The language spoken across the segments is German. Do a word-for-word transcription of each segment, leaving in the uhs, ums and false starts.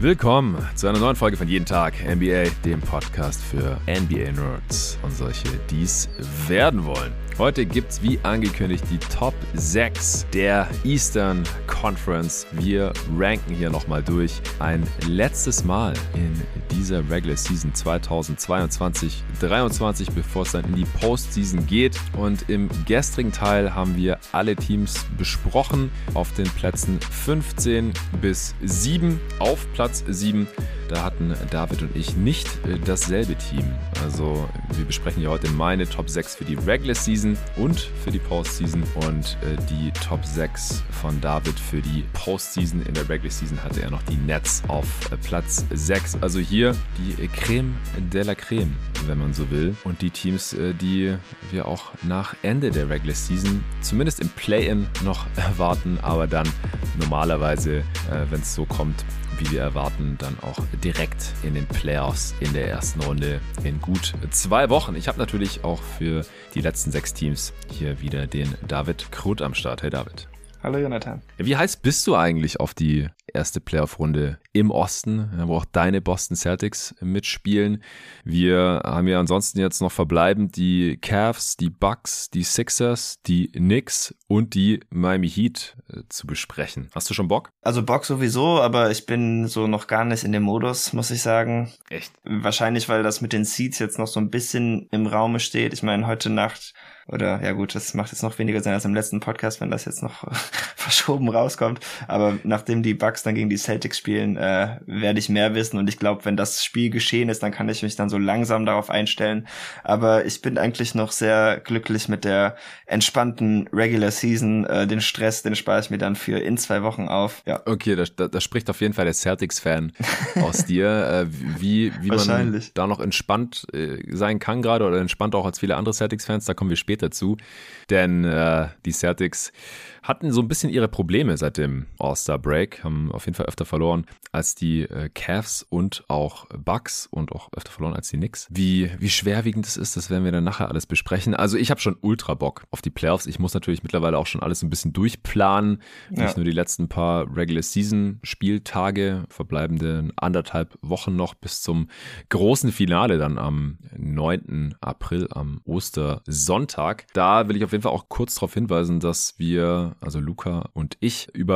Willkommen zu einer neuen Folge von Jeden Tag N B A, dem Podcast für N B A-Nerds und solche, die es werden wollen. Heute gibt's wie angekündigt die Top sechs der Eastern Conference. Wir ranken hier nochmal durch. Ein letztes Mal in dieser Regular Season zweitausendzweiundzwanzig dreiundzwanzig, bevor es dann in die Postseason geht. Und im gestrigen Teil haben wir alle Teams besprochen auf den Plätzen fünfzehn bis sieben. Auf Platz sieben, da hatten David und ich nicht dasselbe Team. Also wir besprechen hier heute meine Top sechs für die Regular Season und für die Postseason und äh, die Top sechs von David für die Postseason. In der Regular Season hatte er noch die Nets auf äh, Platz sechs. Also hier die Creme de la Creme, wenn man so will. Und die Teams, äh, die wir auch nach Ende der Regular Season zumindest im Play-In noch erwarten, aber dann normalerweise, äh, wenn es so kommt, wie wir erwarten, dann auch direkt in den Playoffs in der ersten Runde in gut zwei Wochen. Ich habe natürlich auch für die letzten sechs Teams hier wieder den David Krutt am Start. Hey David. Hallo Jonathan. Wie heiß bist du eigentlich auf die erste Playoff-Runde im Osten, wo auch deine Boston Celtics mitspielen? Wir haben ja ansonsten jetzt noch verbleibend die Cavs, die Bucks, die Sixers, die Knicks und die Miami Heat äh, zu besprechen. Hast du schon Bock? Also Bock sowieso, aber ich bin so noch gar nicht in dem Modus, muss ich sagen. Echt? Wahrscheinlich, weil das mit den Seeds jetzt noch so ein bisschen im Raume steht. Ich meine, heute Nacht Oder, ja gut, das macht jetzt noch weniger Sinn als im letzten Podcast, wenn das jetzt noch verschoben rauskommt. Aber nachdem die Bucks dann gegen die Celtics spielen, äh, werde ich mehr wissen. Und ich glaube, wenn das Spiel geschehen ist, dann kann ich mich dann so langsam darauf einstellen. Aber ich bin eigentlich noch sehr glücklich mit der entspannten Regular Season. Äh, den Stress, den spare ich mir dann für in zwei Wochen auf. Ja. Okay, da, da, da spricht auf jeden Fall der Celtics-Fan aus dir. Äh, wie wie man da noch entspannt äh, sein kann gerade oder entspannt auch als viele andere Celtics-Fans, da kommen wir später dazu, denn äh, die Celtics hatten so ein bisschen ihre Probleme seit dem All-Star-Break, haben auf jeden Fall öfter verloren als die äh, Cavs und auch Bucks und auch öfter verloren als die Knicks. Wie, wie schwerwiegend das ist, das werden wir dann nachher alles besprechen. Also ich habe schon ultra Bock auf die Playoffs. Ich muss natürlich mittlerweile auch schon alles so ein bisschen durchplanen. Ja. Nicht nur die letzten paar Regular-Season-Spieltage, verbleibende anderthalb Wochen noch bis zum großen Finale dann am neunten April, am Ostersonntag. Da will ich auf jeden Fall auch kurz darauf hinweisen, dass wir, also Luca und ich, über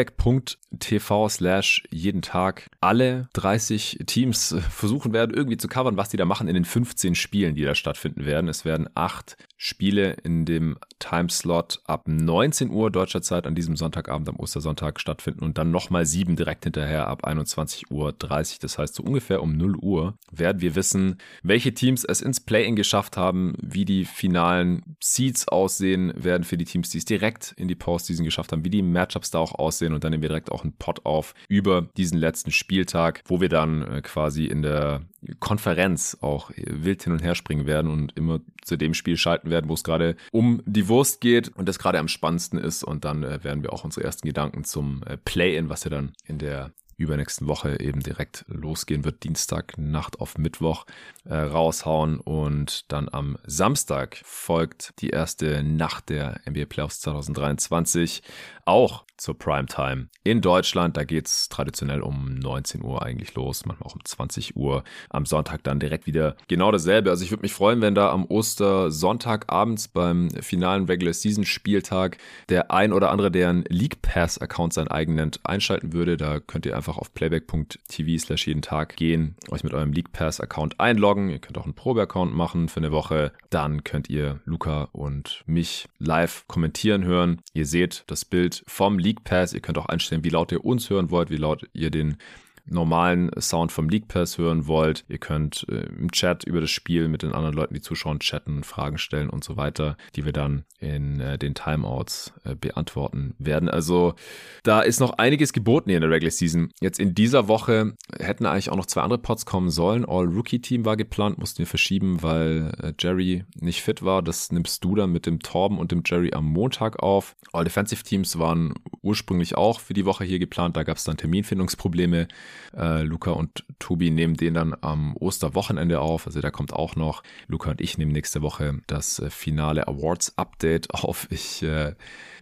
playback.tv slash jeden Tag alle dreißig Teams versuchen werden, irgendwie zu covern, was die da machen in den fünfzehn Spielen, die da stattfinden werden. Es werden acht Spiele in dem Timeslot ab neunzehn Uhr deutscher Zeit an diesem Sonntagabend am Ostersonntag stattfinden und dann nochmal sieben direkt hinterher ab einundzwanzig Uhr dreißig. Das heißt, so ungefähr um null Uhr werden wir wissen, welche Teams es ins Play-In geschafft haben, wie die finalen Seeds aussehen werden für die Teams, die es direkt in die Postseason geschafft haben, wie die Matchups da auch aussehen, und dann nehmen wir direkt auch einen Pod auf über diesen letzten Spieltag, wo wir dann quasi in der Konferenz auch wild hin und her springen werden und immer zu dem Spiel schalten werden, wo es gerade um die Wurst geht und das gerade am spannendsten ist, und dann äh, werden wir auch unsere ersten Gedanken zum äh, Play-In, was ja dann in der übernächsten Woche eben direkt losgehen wird, Dienstag, Nacht auf Mittwoch, äh, raushauen, und dann am Samstag folgt die erste Nacht der N B A Playoffs zwanzig dreiundzwanzig, auch zur Primetime in Deutschland. Da geht's traditionell um neunzehn Uhr eigentlich los, manchmal auch um zwanzig Uhr. Am Sonntag dann direkt wieder genau dasselbe. Also ich würde mich freuen, wenn da am Ostersonntag abends beim finalen Regular Season Spieltag der ein oder andere, der einen League Pass Account sein eigen nennt, einschalten würde. Da könnt ihr einfach auf playback.tv slash jeden Tag gehen, euch mit eurem League Pass Account einloggen. Ihr könnt auch einen Probe-Account machen für eine Woche. Dann könnt ihr Luca und mich live kommentieren hören. Ihr seht das Bild vom League Pass. Ihr könnt auch einstellen, wie laut ihr uns hören wollt, wie laut ihr den normalen Sound vom League Pass hören wollt. Ihr könnt äh, im Chat über das Spiel mit den anderen Leuten, die zuschauen, chatten, Fragen stellen und so weiter, die wir dann in äh, den Timeouts äh, beantworten werden. Also da ist noch einiges geboten hier in der Regular Season. Jetzt in dieser Woche hätten eigentlich auch noch zwei andere Pods kommen sollen. All-Rookie-Team war geplant, mussten wir verschieben, weil äh, Jerry nicht fit war. Das nimmst du dann mit dem Torben und dem Jerry am Montag auf. All-Defensive-Teams waren ursprünglich auch für die Woche hier geplant. Da gab es dann Terminfindungsprobleme. Äh, Luca und Tobi nehmen den dann am Osterwochenende auf, also der kommt auch noch. Luca und ich nehmen nächste Woche das äh, finale Awards-Update auf. Ich äh,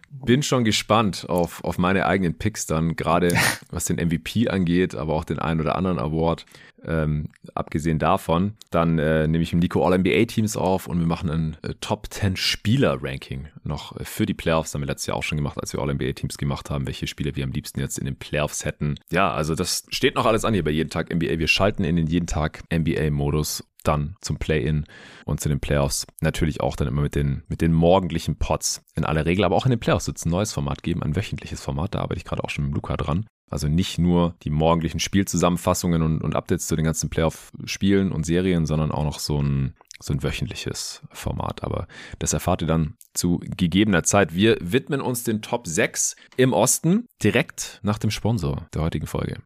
bin schon gespannt auf, auf meine eigenen Picks dann, gerade was den M V P angeht, aber auch den einen oder anderen Award. Ähm, abgesehen davon, dann äh, nehme ich im Nico All-N B A-Teams auf und wir machen ein äh, Top zehn Spieler-Ranking noch äh, für die Playoffs. Das haben wir letztes Jahr auch schon gemacht, als wir All-N B A-Teams gemacht haben, welche Spieler wir am liebsten jetzt in den Playoffs hätten. Ja, also das steht noch alles an hier bei Jeden Tag N B A. Wir schalten in den Jeden Tag N B A-Modus dann zum Play-In und zu den Playoffs. Natürlich auch dann immer mit den, mit den morgendlichen Pods in aller Regel, aber auch in den Playoffs wird es ein neues Format geben, ein wöchentliches Format. Da arbeite ich gerade auch schon mit Luca dran. Also nicht nur die morgendlichen Spielzusammenfassungen und, und Updates zu den ganzen Playoff-Spielen und Serien, sondern auch noch so ein, so ein wöchentliches Format. Aber das erfahrt ihr dann zu gegebener Zeit. Wir widmen uns den Top sechs im Osten direkt nach dem Sponsor der heutigen Folge.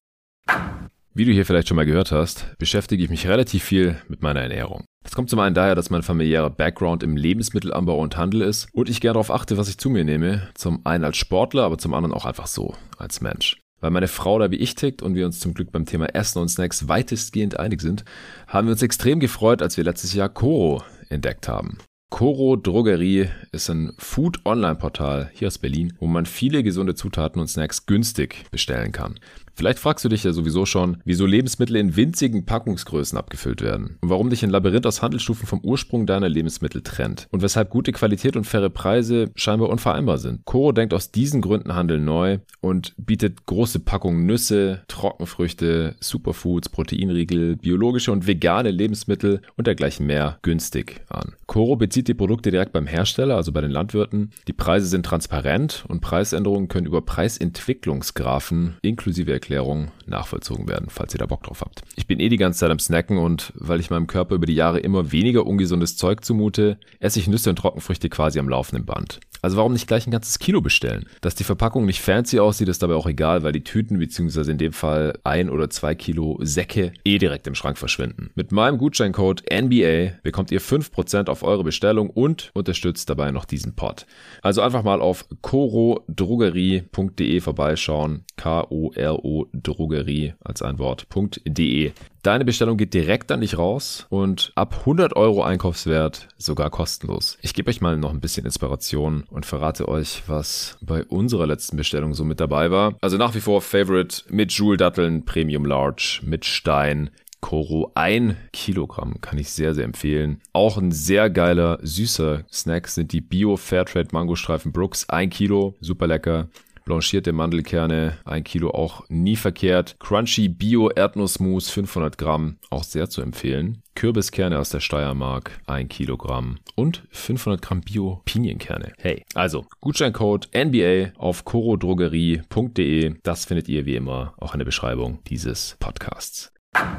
Wie du hier vielleicht schon mal gehört hast, beschäftige ich mich relativ viel mit meiner Ernährung. Das kommt zum einen daher, dass mein familiärer Background im Lebensmittelanbau und Handel ist und ich gerne darauf achte, was ich zu mir nehme. Zum einen als Sportler, aber zum anderen auch einfach so, als Mensch. Weil meine Frau da wie ich tickt und wir uns zum Glück beim Thema Essen und Snacks weitestgehend einig sind, haben wir uns extrem gefreut, als wir letztes Jahr Coro entdeckt haben. Coro Drogerie ist ein Food-Online-Portal hier aus Berlin, wo man viele gesunde Zutaten und Snacks günstig bestellen kann. Vielleicht fragst du dich ja sowieso schon, wieso Lebensmittel in winzigen Packungsgrößen abgefüllt werden und warum dich ein Labyrinth aus Handelsstufen vom Ursprung deiner Lebensmittel trennt und weshalb gute Qualität und faire Preise scheinbar unvereinbar sind. Coro denkt aus diesen Gründen Handel neu und bietet große Packungen Nüsse, Trockenfrüchte, Superfoods, Proteinriegel, biologische und vegane Lebensmittel und dergleichen mehr günstig an. Coro bezieht die Produkte direkt beim Hersteller, also bei den Landwirten. Die Preise sind transparent und Preisänderungen können über Preisentwicklungsgraphen inklusive Erklärung nachvollzogen werden, falls ihr da Bock drauf habt. Ich bin eh die ganze Zeit am Snacken und weil ich meinem Körper über die Jahre immer weniger ungesundes Zeug zumute, esse ich Nüsse und Trockenfrüchte quasi am laufenden Band. Also warum nicht gleich ein ganzes Kilo bestellen? Dass die Verpackung nicht fancy aussieht, ist dabei auch egal, weil die Tüten bzw. in dem Fall ein oder zwei Kilo Säcke eh direkt im Schrank verschwinden. Mit meinem Gutscheincode N B A bekommt ihr fünf Prozent auf eure Bestellung und unterstützt dabei noch diesen Pod. Also einfach mal auf corodrogerie punkt de vorbeischauen. K O R O Drogerie als ein Wort, .de. Deine Bestellung geht direkt an dich raus und ab hundert Euro Einkaufswert sogar kostenlos. Ich gebe euch mal noch ein bisschen Inspiration und verrate euch, was bei unserer letzten Bestellung so mit dabei war. Also nach wie vor Favorite mit Joule-Datteln, Premium Large, mit Stein. Coro ein Kilogramm kann ich sehr, sehr empfehlen. Auch ein sehr geiler, süßer Snack sind die Bio Fairtrade Mangostreifen Brooks. Ein Kilo, super lecker. Blanchierte Mandelkerne, ein Kilo auch nie verkehrt. Crunchy Bio Erdnussmus, fünfhundert Gramm, auch sehr zu empfehlen. Kürbiskerne aus der Steiermark, ein Kilogramm. Und fünfhundert Gramm Bio Pinienkerne. Hey, also Gutscheincode N B A auf corodrogerie punkt de. Das findet ihr wie immer auch in der Beschreibung dieses Podcasts.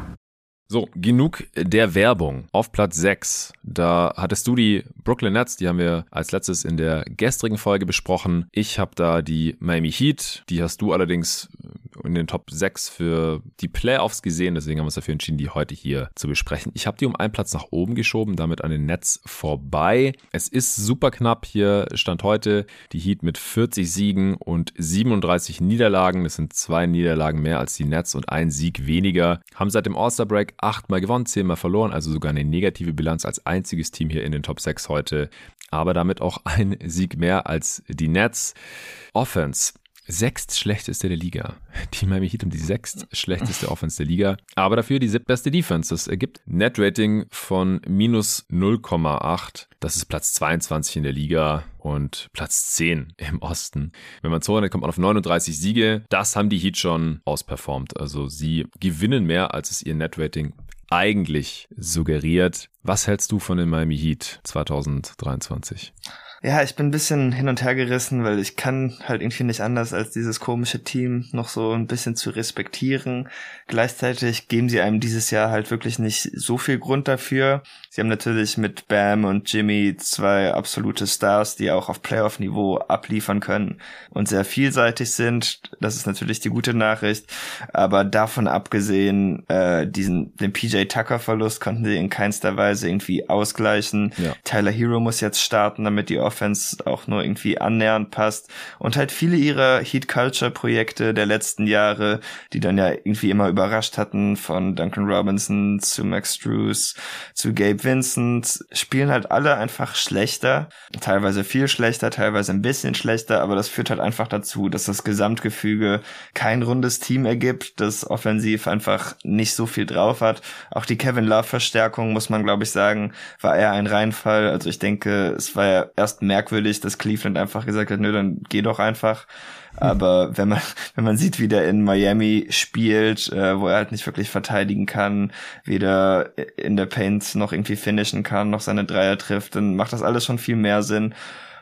So, genug der Werbung. Auf Platz sechs, da hattest du die Brooklyn Nets, die haben wir als letztes in der gestrigen Folge besprochen. Ich habe da die Miami Heat, die hast du allerdings in den Top sechs für die Playoffs gesehen, deswegen haben wir uns dafür entschieden, die heute hier zu besprechen. Ich habe die um einen Platz nach oben geschoben, damit an den Nets vorbei. Es ist super knapp, hier stand heute die Heat mit vierzig Siegen und siebenunddreißig Niederlagen. Das sind zwei Niederlagen mehr als die Nets und ein Sieg weniger. Haben seit dem All-Star-Break achtmal gewonnen, zehnmal verloren, also sogar eine negative Bilanz als einziges Team hier in den Top sechs heute, aber damit auch ein Sieg mehr als die Nets. Offense, sechstschlechteste der Liga. Die Miami Heat um die sechstschlechteste Offense der Liga, aber dafür die siebtbeste Defense. Das ergibt Net-Rating von minus null Komma acht. Das ist Platz zweiundzwanzig in der Liga und Platz zehn im Osten. Wenn man so rennt, kommt man auf neununddreißig Siege. Das haben die Heat schon ausperformt. Also sie gewinnen mehr, als es ihr Net-Rating eigentlich suggeriert. Was hältst du von den Miami Heat zwanzig dreiundzwanzig? Ja, ich bin ein bisschen hin und her gerissen, weil ich kann halt irgendwie nicht anders, als dieses komische Team noch so ein bisschen zu respektieren. Gleichzeitig geben sie einem dieses Jahr halt wirklich nicht so viel Grund dafür. Sie haben natürlich mit Bam und Jimmy zwei absolute Stars, die auch auf Playoff-Niveau abliefern können und sehr vielseitig sind. Das ist natürlich die gute Nachricht. Aber davon abgesehen, äh, diesen den P J Tucker-Verlust konnten sie in keinster Weise irgendwie ausgleichen. Ja. Tyler Hero muss jetzt starten, damit die Offense auch nur irgendwie annähernd passt. Und halt viele ihrer Heat-Culture-Projekte der letzten Jahre, die dann ja irgendwie immer überrascht hatten, von Duncan Robinson zu Max Strus zu Gabe Vincent, spielen halt alle einfach schlechter. Teilweise viel schlechter, teilweise ein bisschen schlechter, aber das führt halt einfach dazu, dass das Gesamtgefüge kein rundes Team ergibt, das offensiv einfach nicht so viel drauf hat. Auch die Kevin Love-Verstärkung, muss man glaube ich sagen, war eher ein Reinfall. Also ich denke, es war ja erst merkwürdig, dass Cleveland einfach gesagt hat, nö, dann geh doch einfach. Aber wenn man wenn man sieht, wie der in Miami spielt, äh, wo er halt nicht wirklich verteidigen kann, weder in der Paint noch irgendwie finishen kann, noch seine Dreier trifft, dann macht das alles schon viel mehr Sinn.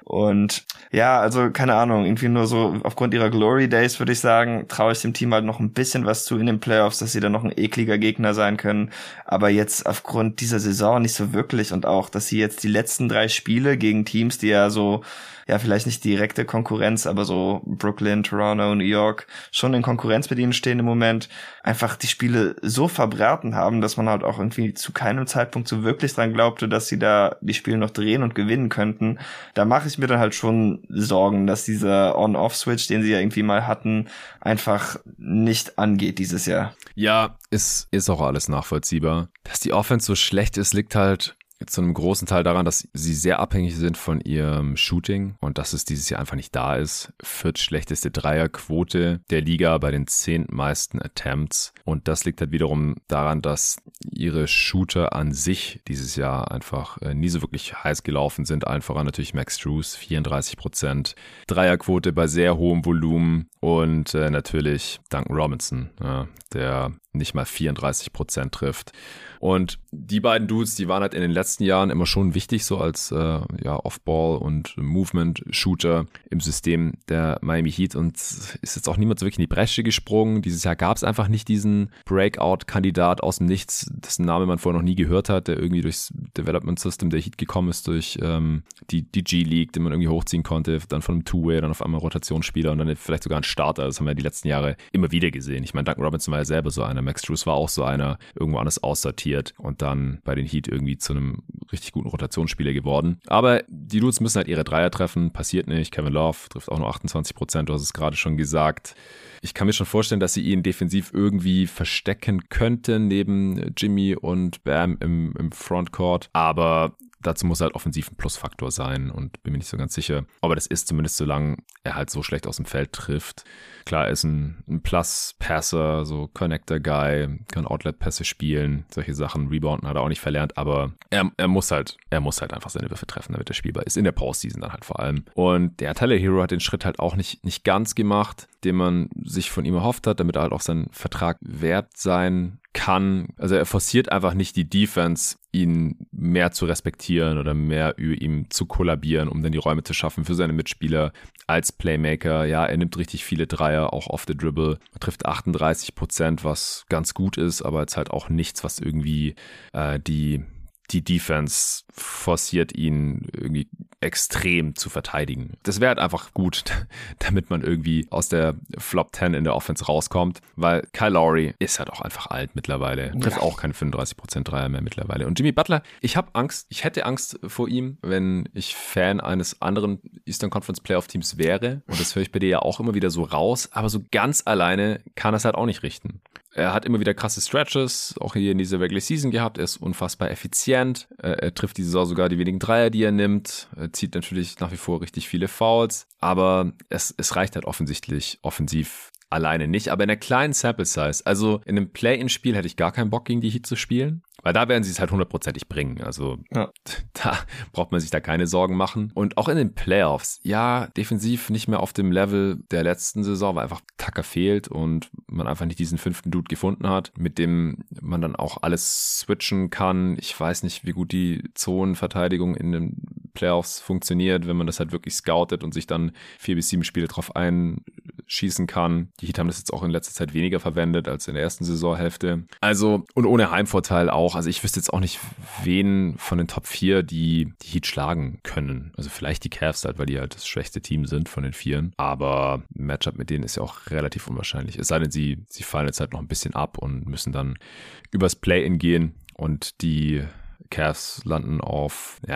Und ja, also keine Ahnung, irgendwie nur so aufgrund ihrer Glory Days würde ich sagen, traue ich dem Team halt noch ein bisschen was zu in den Playoffs, dass sie dann noch ein ekliger Gegner sein können. Aber jetzt aufgrund dieser Saison nicht so wirklich und auch, dass sie jetzt die letzten drei Spiele gegen Teams, die ja so, ja vielleicht nicht direkte Konkurrenz, aber so Brooklyn, Toronto, New York schon in Konkurrenz mit ihnen stehen im Moment, einfach die Spiele so verbraten haben, dass man halt auch irgendwie zu keinem Zeitpunkt so wirklich dran glaubte, dass sie da die Spiele noch drehen und gewinnen könnten. Da mache ich mir dann halt schon Sorgen, dass dieser On-Off-Switch, den sie ja irgendwie mal hatten, einfach nicht angeht dieses Jahr. Ja, ist, ist auch alles nachvollziehbar. Dass die Offense so schlecht ist, liegt halt zu einem großen Teil daran, dass sie sehr abhängig sind von ihrem Shooting und dass es dieses Jahr einfach nicht da ist. Viertschlechteste Dreierquote der Liga bei den zehntmeisten Attempts. Und das liegt halt wiederum daran, dass ihre Shooter an sich dieses Jahr einfach äh, nie so wirklich heiß gelaufen sind. Allen voran natürlich Max Strus, vierunddreißig Prozent Dreierquote bei sehr hohem Volumen und äh, natürlich Duncan Robinson, ja, der nicht mal vierunddreißig Prozent trifft. Und die beiden Dudes, die waren halt in den letzten Jahren immer schon wichtig, so als äh, ja, Off-Ball- und Movement-Shooter im System der Miami Heat und ist jetzt auch niemand so wirklich in die Bresche gesprungen. Dieses Jahr gab es einfach nicht diesen Breakout-Kandidat aus dem Nichts, dessen Name man vorher noch nie gehört hat, der irgendwie durchs Development System der Heat gekommen ist, durch ähm, die, die G-League, den man irgendwie hochziehen konnte, dann von einem Two-Way, dann auf einmal Rotationsspieler und dann vielleicht sogar ein Starter. Das haben wir die letzten Jahre immer wieder gesehen. Ich meine, Duncan Robinson war ja selber so einer, Max Strus war auch so einer, irgendwo anders aussortiert und dann bei den Heat irgendwie zu einem richtig guten Rotationsspieler geworden. Aber die Dudes müssen halt ihre Dreier treffen, passiert nicht. Kevin Love trifft auch nur achtundzwanzig Prozent, du hast es gerade schon gesagt. Ich kann mir schon vorstellen, dass sie ihn defensiv irgendwie verstecken könnten, neben Jimmy und Bam im, im Frontcourt, aber dazu muss halt offensiv ein Plusfaktor sein und bin mir nicht so ganz sicher, aber das ist zumindest, solange er halt so schlecht aus dem Feld trifft. Klar, er ist ein, ein Plus-Passer, so Connector-Guy, kann Outlet-Pässe spielen, solche Sachen, Rebounden hat er auch nicht verlernt, aber er, er muss halt, er muss halt einfach seine Würfe treffen, damit er spielbar ist, in der Postseason dann halt vor allem. Und der Tyler Hero hat den Schritt halt auch nicht, nicht ganz gemacht, den man sich von ihm erhofft hat, damit er halt auch seinen Vertrag wert sein kann. Also er forciert einfach nicht die Defense, ihn mehr zu respektieren oder mehr über ihm zu kollabieren, um dann die Räume zu schaffen für seine Mitspieler als Playmaker. Ja, er nimmt richtig viele Dreier, auch off the dribble. Er trifft achtunddreißig Prozent, was ganz gut ist, aber jetzt halt auch nichts, was irgendwie äh, die die Defense forciert ihn irgendwie extrem zu verteidigen. Das wäre halt einfach gut, damit man irgendwie aus der Flop zehn in der Offense rauskommt, weil Kyle Lowry ist halt auch einfach alt mittlerweile. Trifft ja auch keine fünfunddreißig Prozent Dreier mehr mittlerweile. Und Jimmy Butler, ich habe Angst, ich hätte Angst vor ihm, wenn ich Fan eines anderen Eastern Conference Playoff Teams wäre. Und das höre ich bei dir ja auch immer wieder so raus. Aber so ganz alleine kann er es halt auch nicht richten. Er hat immer wieder krasse Stretches, auch hier in dieser Regular Season gehabt. Er ist unfassbar effizient. Er trifft diese Saison sogar die wenigen Dreier, die er nimmt. Er zieht natürlich nach wie vor richtig viele Fouls. Aber es, es reicht halt offensichtlich offensiv alleine nicht. Aber in einer kleinen Sample Size, also in einem Play-in-Spiel hätte ich gar keinen Bock, gegen die Heat zu spielen. Weil da werden sie es halt hundertprozentig bringen. Also ja. Da braucht man sich da keine Sorgen machen. Und auch in den Playoffs, ja, defensiv nicht mehr auf dem Level der letzten Saison, weil einfach Tucker fehlt und man einfach nicht diesen fünften Dude gefunden hat, mit dem man dann auch alles switchen kann. Ich weiß nicht, wie gut die Zonenverteidigung in den Playoffs funktioniert, wenn man das halt wirklich scoutet und sich dann vier bis sieben Spiele drauf einschießen kann. Die Heat haben das jetzt auch in letzter Zeit weniger verwendet als in der ersten Saisonhälfte. Also, und ohne Heimvorteil auch. Also ich wüsste jetzt auch nicht, wen von den Top vier die die Heat schlagen können. Also vielleicht die Cavs halt, weil die halt das schwächste Team sind von den Vieren. Aber ein Matchup mit denen ist ja auch relativ unwahrscheinlich. Es sei denn, sie, sie fallen jetzt halt noch ein bisschen ab und müssen dann übers Play-In gehen und die Cavs landen auf, ja,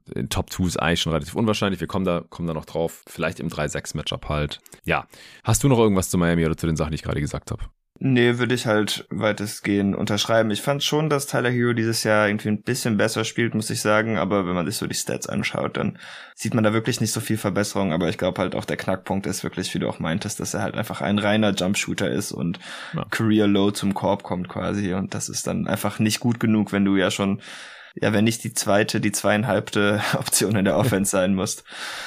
in Top zwei ist eigentlich schon relativ unwahrscheinlich. Wir kommen da, kommen da noch drauf. Vielleicht im drei sechs Matchup halt. Ja. Hast du noch irgendwas zu Miami oder zu den Sachen, die ich gerade gesagt habe? Nee, würde ich halt weitestgehend unterschreiben. Ich fand schon, dass Tyler Hero dieses Jahr irgendwie ein bisschen besser spielt, muss ich sagen. Aber wenn man sich so die Stats anschaut, dann sieht man da wirklich nicht so viel Verbesserung. Aber ich glaube halt auch der Knackpunkt ist wirklich, wie du auch meintest, dass er halt einfach ein reiner Jumpshooter ist und ja. Career Low zum Korb kommt quasi. Und das ist dann einfach nicht gut genug, wenn du ja schon, ja, wenn nicht die zweite, die zweieinhalbte Option in der Offense sein musst.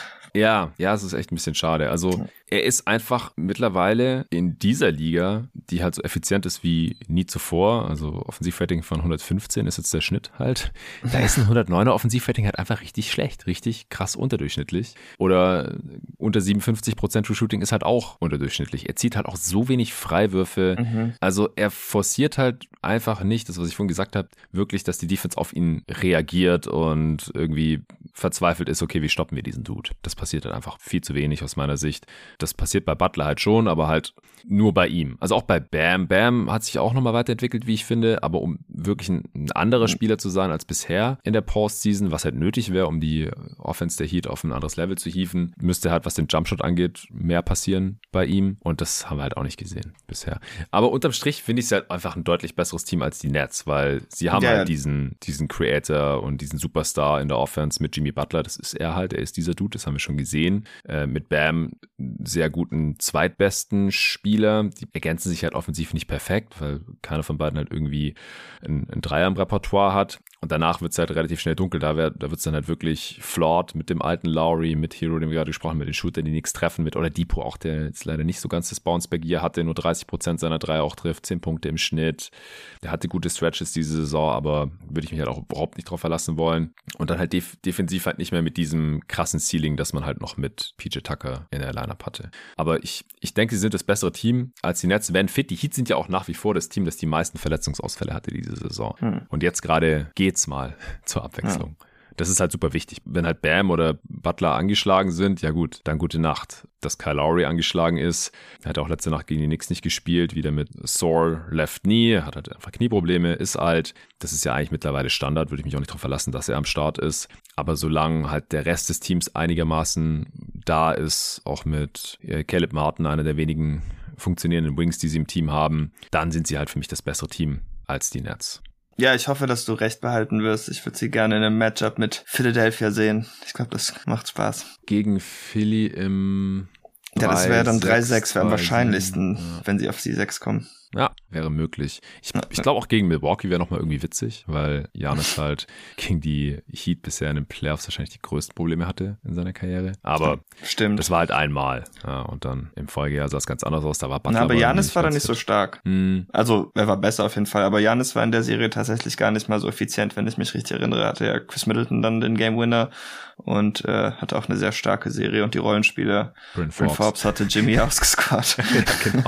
Ja, ja, es ist echt ein bisschen schade. Also er ist einfach mittlerweile in dieser Liga, die halt so effizient ist wie nie zuvor, also Offensivrating von hundertfünfzehn ist jetzt der Schnitt halt. Da ist ein hundertneuner Offensivrating halt einfach richtig schlecht, richtig krass unterdurchschnittlich. Oder unter siebenundfünfzig Prozent True Shooting ist halt auch unterdurchschnittlich. Er zieht halt auch so wenig Freiwürfe. Mhm. Also er forciert halt einfach nicht, das was ich vorhin gesagt habe, wirklich, dass die Defense auf ihn reagiert und irgendwie verzweifelt ist, okay, wie stoppen wir diesen Dude? Das passiert halt einfach viel zu wenig aus meiner Sicht. Das passiert bei Butler halt schon, aber halt nur bei ihm. Also auch bei Bam. Bam hat sich auch nochmal weiterentwickelt, wie ich finde, aber um wirklich ein, ein anderer Spieler zu sein als bisher in der Postseason, was halt nötig wäre, um die Offense der Heat auf ein anderes Level zu hieven, müsste halt, was den Jumpshot angeht, mehr passieren bei ihm und das haben wir halt auch nicht gesehen bisher. Aber unterm Strich finde ich es halt einfach ein deutlich besseres Team als die Nets, weil sie haben ja, halt diesen, diesen Creator und diesen Superstar in der Offense mit Jimmy Butler, das ist er halt, er ist dieser Dude, das haben wir schon gesehen. Äh, mit Bam sehr guten zweitbesten Spieler. Die ergänzen sich halt offensiv nicht perfekt, weil keiner von beiden halt irgendwie ein, ein Dreier im Repertoire hat. Und danach wird es halt relativ schnell dunkel. Da, wär, da wird es dann halt wirklich flawed mit dem alten Lowry, mit Hero, den wir gerade gesprochen haben, mit den Shootern, die nichts treffen, mit Oladipo auch, der jetzt leider nicht so ganz das Bounceback-Year hatte, nur dreißig Prozent seiner Dreier auch trifft, zehn Punkte im Schnitt. Der hatte gute Stretches diese Saison, aber würde ich mich halt auch überhaupt nicht drauf verlassen wollen. Und dann halt def- defensiv halt nicht mehr mit diesem krassen Ceiling, das man halt noch mit P J Tucker in der Lineup hatte. Aber ich, ich denke, sie sind das bessere Team als die Nets, wenn fit. Die Heat sind ja auch nach wie vor das Team, das die meisten Verletzungsausfälle hatte diese Saison. Hm. Und jetzt gerade geht's mal zur Abwechslung. Ja. Das ist halt super wichtig. Wenn halt Bam oder Butler angeschlagen sind, ja gut, dann gute Nacht. Dass Kyle Lowry angeschlagen ist, er hat auch letzte Nacht gegen die Knicks nicht gespielt, wieder mit sore left knee, hat halt einfach Knieprobleme, ist alt. Das ist ja eigentlich mittlerweile Standard, würde ich mich auch nicht darauf verlassen, dass er am Start ist. Aber solange halt der Rest des Teams einigermaßen da ist, auch mit Caleb Martin, einer der wenigen funktionierenden Wings, die sie im Team haben, dann sind sie halt für mich das bessere Team als die Nets. Ja, ich hoffe, dass du recht behalten wirst. Ich würde sie gerne in einem Matchup mit Philadelphia sehen. Ich glaube, das macht Spaß. Gegen Philly im Ja, das wäre dann drei sechs, wäre am wahrscheinlichsten, ja. Wenn sie auf die sechs kommen. Ja, wäre möglich. Ich, ich glaube auch gegen Milwaukee wäre nochmal irgendwie witzig, weil Giannis halt gegen die Heat bisher in den Playoffs wahrscheinlich die größten Probleme hatte in seiner Karriere. Aber Stimmt. Das war halt einmal. Ja, und dann im Folgejahr sah es ganz anders aus. Da war Butler. Na, aber Giannis war da nicht so stark. Hm. Also, er war besser auf jeden Fall. Aber Giannis war in der Serie tatsächlich gar nicht mal so effizient, wenn ich mich richtig erinnere. Hatte ja Chris Middleton dann den Game Winner und äh, hatte auch eine sehr starke Serie. Und die Rollenspieler, Bryn Forbes, Forbes hatte Jimmy ausgescored. Ja, genau.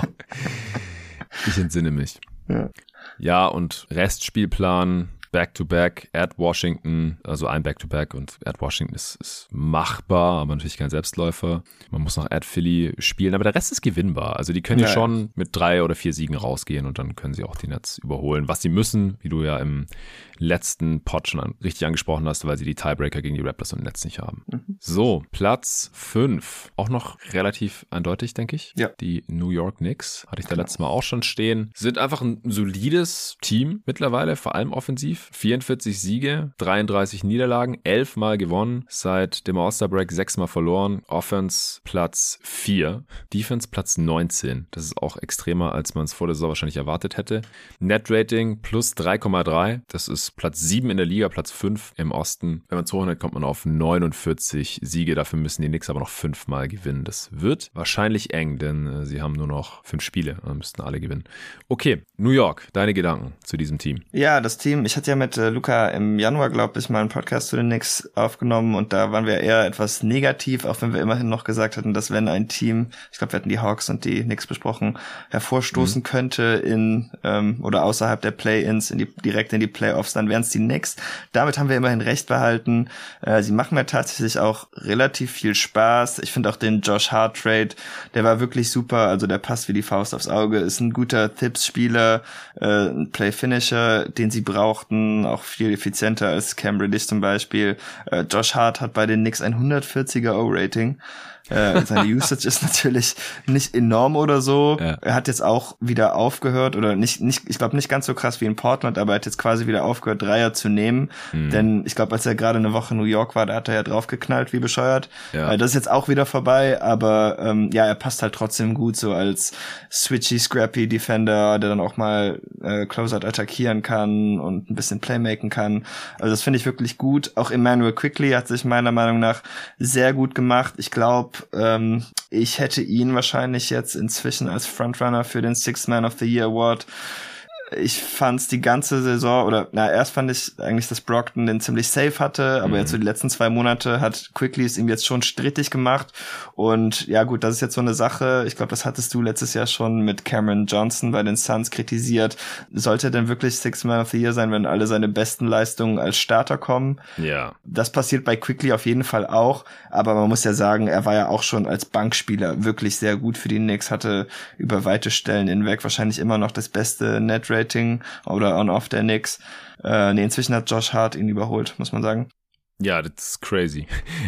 Ich entsinne mich. Ja, ja und Restspielplan, Back-to-Back at Washington, also ein Back-to-Back und at Washington ist, ist machbar, aber natürlich kein Selbstläufer. Man muss noch at Philly spielen, aber der Rest ist gewinnbar. Also die können ja, ja schon mit drei oder vier Siegen rausgehen und dann können sie auch die Nets überholen, was sie müssen, wie du ja im letzten Pod schon an, richtig angesprochen hast, weil sie die Tiebreaker gegen die Raptors und Nets nicht haben. Mhm. So, Platz fünf. Auch noch relativ eindeutig, denke ich. Ja. Die New York Knicks, hatte ich da genau. letztes Mal auch schon stehen. Sind einfach ein solides Team mittlerweile, vor allem offensiv. vierundvierzig Siege, dreiunddreißig Niederlagen, elf Mal gewonnen. Seit dem All-Star-Break sechs Mal verloren. Offense Platz vier. Defense Platz neunzehn. Das ist auch extremer, als man es vor der Saison wahrscheinlich erwartet hätte. Net-Rating plus drei Komma drei. Das ist Platz sieben in der Liga, Platz fünf im Osten. Wenn man es hochrechnet, kommt man auf neunundvierzig Siege. Dafür müssen die Knicks aber noch fünfmal gewinnen. Das wird wahrscheinlich eng, denn äh, sie haben nur noch fünf Spiele und müssten alle gewinnen. Okay, New York, deine Gedanken zu diesem Team? Ja, das Team, ich hatte ja mit äh, Luca im Januar, glaube ich, mal einen Podcast zu den Knicks aufgenommen und da waren wir eher etwas negativ, auch wenn wir immerhin noch gesagt hatten, dass wenn ein Team, ich glaube, wir hatten die Hawks und die Knicks besprochen, hervorstoßen mhm. könnte in ähm, oder außerhalb der Play-Ins, in die, direkt in die Playoffs, dann wären es die Knicks. Damit haben wir immerhin recht behalten. Äh, sie machen mir tatsächlich auch relativ viel Spaß. Ich finde auch den Josh Hart Trade, der war wirklich super. Also der passt wie die Faust aufs Auge. Ist ein guter Tips-Spieler, äh, ein Play-Finisher, den sie brauchten. machen, auch viel effizienter als Cam Reddish zum Beispiel. Äh, Josh Hart hat bei den Knicks ein hundertvierziger O-Rating. Äh, seine Usage ist natürlich nicht enorm oder so. Ja. Er hat jetzt auch wieder aufgehört, oder nicht, nicht, ich glaube nicht ganz so krass wie in Portland, aber er hat jetzt quasi wieder aufgehört, Dreier zu nehmen. Mhm. Denn ich glaube, als er gerade eine Woche in New York war, da hat er ja draufgeknallt, wie bescheuert. Ja. Äh, das ist jetzt auch wieder vorbei, aber ähm, ja, er passt halt trotzdem gut so als switchy, scrappy Defender, der dann auch mal äh, Closeout attackieren kann und ein bisschen Playmaken kann. Also das finde ich wirklich gut. Auch Immanuel Quickley hat sich meiner Meinung nach sehr gut gemacht. Ich glaube, Ähm, ich hätte ihn wahrscheinlich jetzt inzwischen als Frontrunner für den Sixth Man of the Year Award. Ich fand's die ganze Saison, oder na erst fand ich eigentlich, dass Brogdon den ziemlich safe hatte, aber mhm. jetzt so die letzten zwei Monate hat Quickley es ihm jetzt schon strittig gemacht. Und ja gut, das ist jetzt so eine Sache, ich glaube, das hattest du letztes Jahr schon mit Cameron Johnson bei den Suns kritisiert. Sollte er denn wirklich Sixth Man of the Year sein, wenn alle seine besten Leistungen als Starter kommen? Ja. Das passiert bei Quickley auf jeden Fall auch, aber man muss ja sagen, er war ja auch schon als Bankspieler wirklich sehr gut für die Knicks, hatte über weite Stellen hinweg wahrscheinlich immer noch das beste Net-Rating oder on-off der Knicks. Äh, nee, inzwischen hat Josh Hart ihn überholt, muss man sagen. Ja, das ist crazy.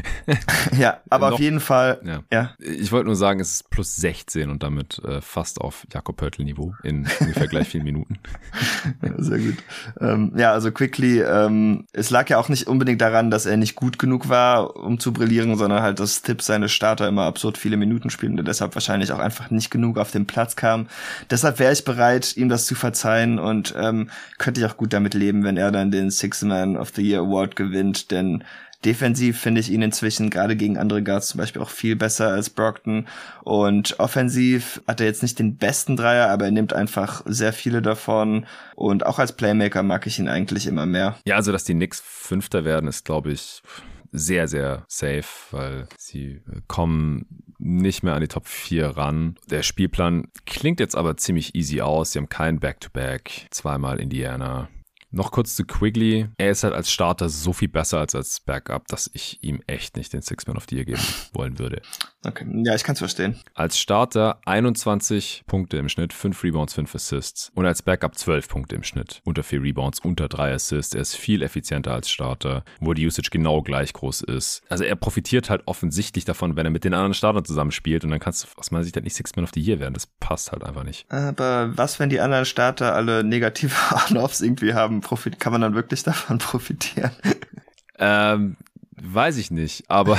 Ja, aber Noch, auf jeden Fall. Ja. ja. Ich wollte nur sagen, es ist plus sechzehn und damit äh, fast auf Jakob Poeltl-Niveau in ungefähr gleich vielen Minuten. Ja, sehr gut. Ähm, ja, also Quickley, ähm, es lag ja auch nicht unbedingt daran, dass er nicht gut genug war, um zu brillieren, sondern halt, dass Tips seine Starter immer absurd viele Minuten spielen und deshalb wahrscheinlich auch einfach nicht genug auf den Platz kam. Deshalb wäre ich bereit, ihm das zu verzeihen und ähm, könnte ich auch gut damit leben, wenn er dann den Sixth Man of the Year Award gewinnt, denn defensiv finde ich ihn inzwischen gerade gegen andere Guards zum Beispiel auch viel besser als Brogdon. Und offensiv hat er jetzt nicht den besten Dreier, aber er nimmt einfach sehr viele davon. Und auch als Playmaker mag ich ihn eigentlich immer mehr. Ja, also dass die Knicks Fünfter werden, ist, glaube ich, sehr, sehr safe, weil sie kommen nicht mehr an die Top vier ran. Der Spielplan klingt jetzt aber ziemlich easy aus. Sie haben kein Back-to-Back, zweimal Indiana. Noch kurz zu Quickley. Er ist halt als Starter so viel besser als als Backup, dass ich ihm echt nicht den Sixth Man of the Year geben wollen würde. Okay, ja, ich kann es verstehen. Als Starter einundzwanzig Punkte im Schnitt, fünf Rebounds, fünf Assists. Und als Backup zwölf Punkte im Schnitt. Unter vier Rebounds, unter drei Assists. Er ist viel effizienter als Starter, wo die Usage genau gleich groß ist. Also er profitiert halt offensichtlich davon, wenn er mit den anderen Startern zusammenspielt. Und dann kannst du aus meiner Sicht halt nicht Sixth Man of the Year werden. Das passt halt einfach nicht. Aber was, wenn die anderen Starter alle negative On-Offs irgendwie haben? Profit, kann man dann wirklich davon profitieren? Ähm, weiß ich nicht, aber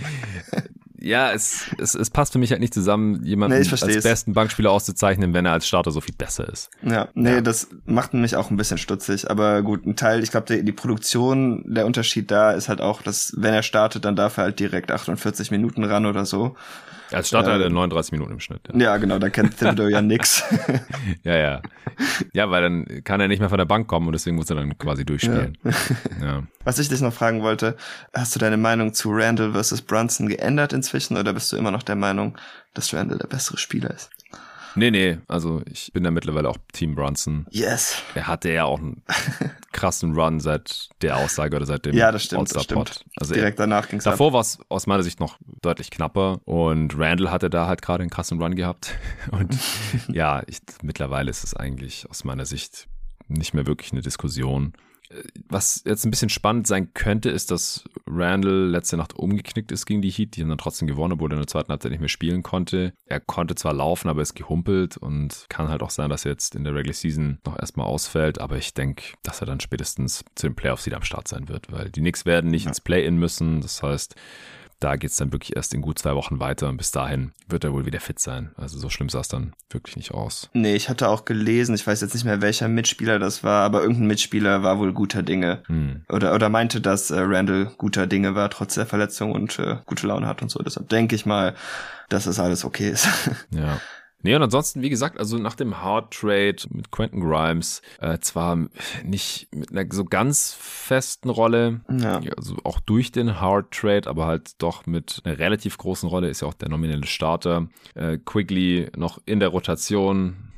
ja, es, es, es passt für mich halt nicht zusammen, jemanden nee, als besten Bankspieler auszuzeichnen, wenn er als Starter so viel besser ist. Ja, nee, ja. Das macht mich auch ein bisschen stutzig, aber gut, ein Teil, ich glaube, die, die Produktion, der Unterschied da ist halt auch, dass wenn er startet, dann darf er halt direkt achtundvierzig Minuten ran oder so. Als Starter hat er neununddreißig Minuten im Schnitt. Ja, ja genau, dann kennt Thibodeau ja nix. Ja, ja. Ja, weil dann kann er nicht mehr von der Bank kommen und deswegen muss er dann quasi durchspielen. Ja. Ja. Was ich dich noch fragen wollte, hast du deine Meinung zu Randle versus Brunson geändert inzwischen oder bist du immer noch der Meinung, dass Randle der bessere Spieler ist? Nee, nee, also ich bin da mittlerweile auch Team Brunson. Yes. Er hatte ja auch einen krassen Run seit der Aussage oder seit dem ja, das stimmt, All-Star-Pod. Das stimmt. Also direkt danach ging's davor war es aus meiner Sicht noch deutlich knapper und Randle hatte da halt gerade einen krassen Run gehabt und ja, ich, mittlerweile ist es eigentlich aus meiner Sicht nicht mehr wirklich eine Diskussion. Was jetzt ein bisschen spannend sein könnte, ist, dass Randle letzte Nacht umgeknickt ist gegen die Heat. Die haben dann trotzdem gewonnen, obwohl er in der zweiten Halbzeit nicht mehr spielen konnte. Er konnte zwar laufen, aber ist gehumpelt und kann halt auch sein, dass er jetzt in der Regular Season noch erstmal ausfällt. Aber ich denke, dass er dann spätestens zu den Playoffs wieder am Start sein wird, weil die Knicks werden nicht ja. ins Play-In müssen. Das heißt, da geht es dann wirklich erst in gut zwei Wochen weiter und bis dahin wird er wohl wieder fit sein. Also so schlimm sah es dann wirklich nicht aus. Nee, ich hatte auch gelesen, ich weiß jetzt nicht mehr, welcher Mitspieler das war, aber irgendein Mitspieler war wohl guter Dinge. Hm. Oder oder meinte, dass äh, Randle guter Dinge war, trotz der Verletzung und äh, gute Laune hat und so. Deshalb denke ich mal, dass das alles okay ist. Ja. Nee, und ansonsten, wie gesagt, also nach dem Hard-Trade mit Quentin Grimes, äh, zwar nicht mit einer so ganz festen Rolle, ja. also auch durch den Hard-Trade, aber halt doch mit einer relativ großen Rolle, ist ja auch der nominelle Starter. Äh, Quickley noch in der Rotation,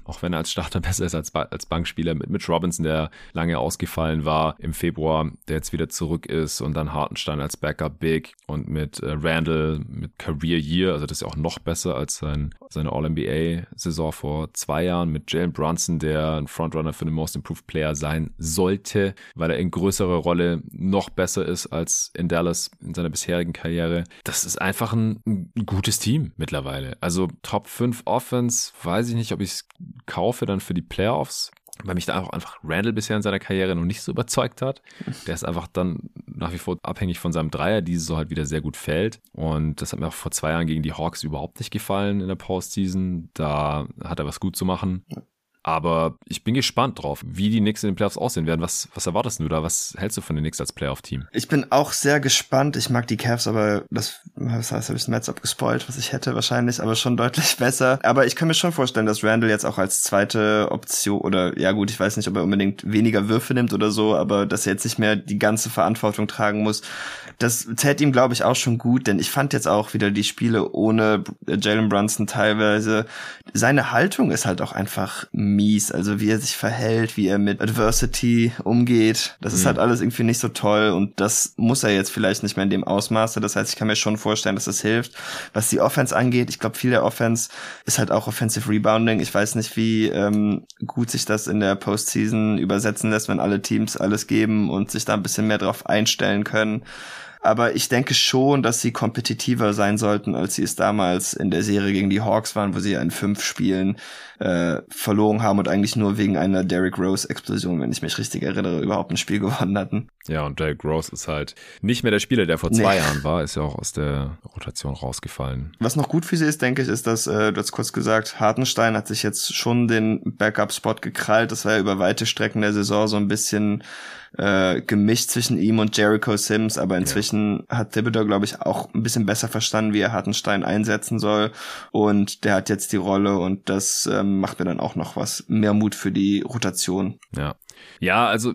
auch wenn er als Starter besser ist als, als Bankspieler, mit Mitch Robinson, der lange ausgefallen war im Februar, der jetzt wieder zurück ist und dann Hartenstein als Backup Big und mit äh, Randall mit Career Year, also das ist ja auch noch besser als sein, seine All N B A-Saison vor zwei Jahren, mit Jalen Brunson, der ein Frontrunner für den Most Improved Player sein sollte, weil er in größerer Rolle noch besser ist als in Dallas in seiner bisherigen Karriere. Das ist einfach ein, ein gutes Team mittlerweile. Also Top fünf Offense, weiß ich nicht, ob ich es kaufe dann für die Playoffs, weil mich da auch einfach Randall bisher in seiner Karriere noch nicht so überzeugt hat. Der ist einfach dann nach wie vor abhängig von seinem Dreier, die so halt wieder sehr gut fällt. Und das hat mir auch vor zwei Jahren gegen die Hawks überhaupt nicht gefallen in der Postseason. Da hat er was gut zu machen. Aber ich bin gespannt drauf, wie die Knicks in den Playoffs aussehen werden. Was, was erwartest du da? Was hältst du von den Knicks als Playoff-Team? Ich bin auch sehr gespannt. Ich mag die Cavs, aber das, das heißt, habe ich das Matchup gespoilt, was ich hätte wahrscheinlich, aber schon deutlich besser. Aber ich kann mir schon vorstellen, dass Randall jetzt auch als zweite Option oder, ja gut, ich weiß nicht, ob er unbedingt weniger Würfe nimmt oder so, aber dass er jetzt nicht mehr die ganze Verantwortung tragen muss. Das täte ihm, glaube ich, auch schon gut, denn ich fand jetzt auch wieder die Spiele ohne Jalen Brunson teilweise. Seine Haltung ist halt auch einfach mies, also wie er sich verhält, wie er mit Adversity umgeht, das ist mhm. halt alles irgendwie nicht so toll und das muss er jetzt vielleicht nicht mehr in dem Ausmaße, das heißt, ich kann mir schon vorstellen, dass das hilft. Was die Offense angeht, ich glaube, viel der Offense ist halt auch Offensive Rebounding, ich weiß nicht, wie ähm, gut sich das in der Postseason übersetzen lässt, wenn alle Teams alles geben und sich da ein bisschen mehr drauf einstellen können. Aber ich denke schon, dass sie kompetitiver sein sollten, als sie es damals in der Serie gegen die Hawks waren, wo sie ja in fünf Spielen äh, verloren haben und eigentlich nur wegen einer Derrick Rose-Explosion, wenn ich mich richtig erinnere, überhaupt ein Spiel gewonnen hatten. Ja, und Derrick Rose ist halt nicht mehr der Spieler, der vor zwei nee. Jahren war, ist ja auch aus der Rotation rausgefallen. Was noch gut für sie ist, denke ich, ist, dass, äh, du hast kurz gesagt, Hartenstein hat sich jetzt schon den Backup-Spot gekrallt. Das war ja über weite Strecken der Saison so ein bisschen äh, gemischt zwischen ihm und Jericho Sims, aber inzwischen ja. hat Thibodeau, glaube ich, auch ein bisschen besser verstanden, wie er Hartenstein einsetzen soll und der hat jetzt die Rolle und das ähm, macht mir dann auch noch was mehr Mut für die Rotation. Ja, ja, also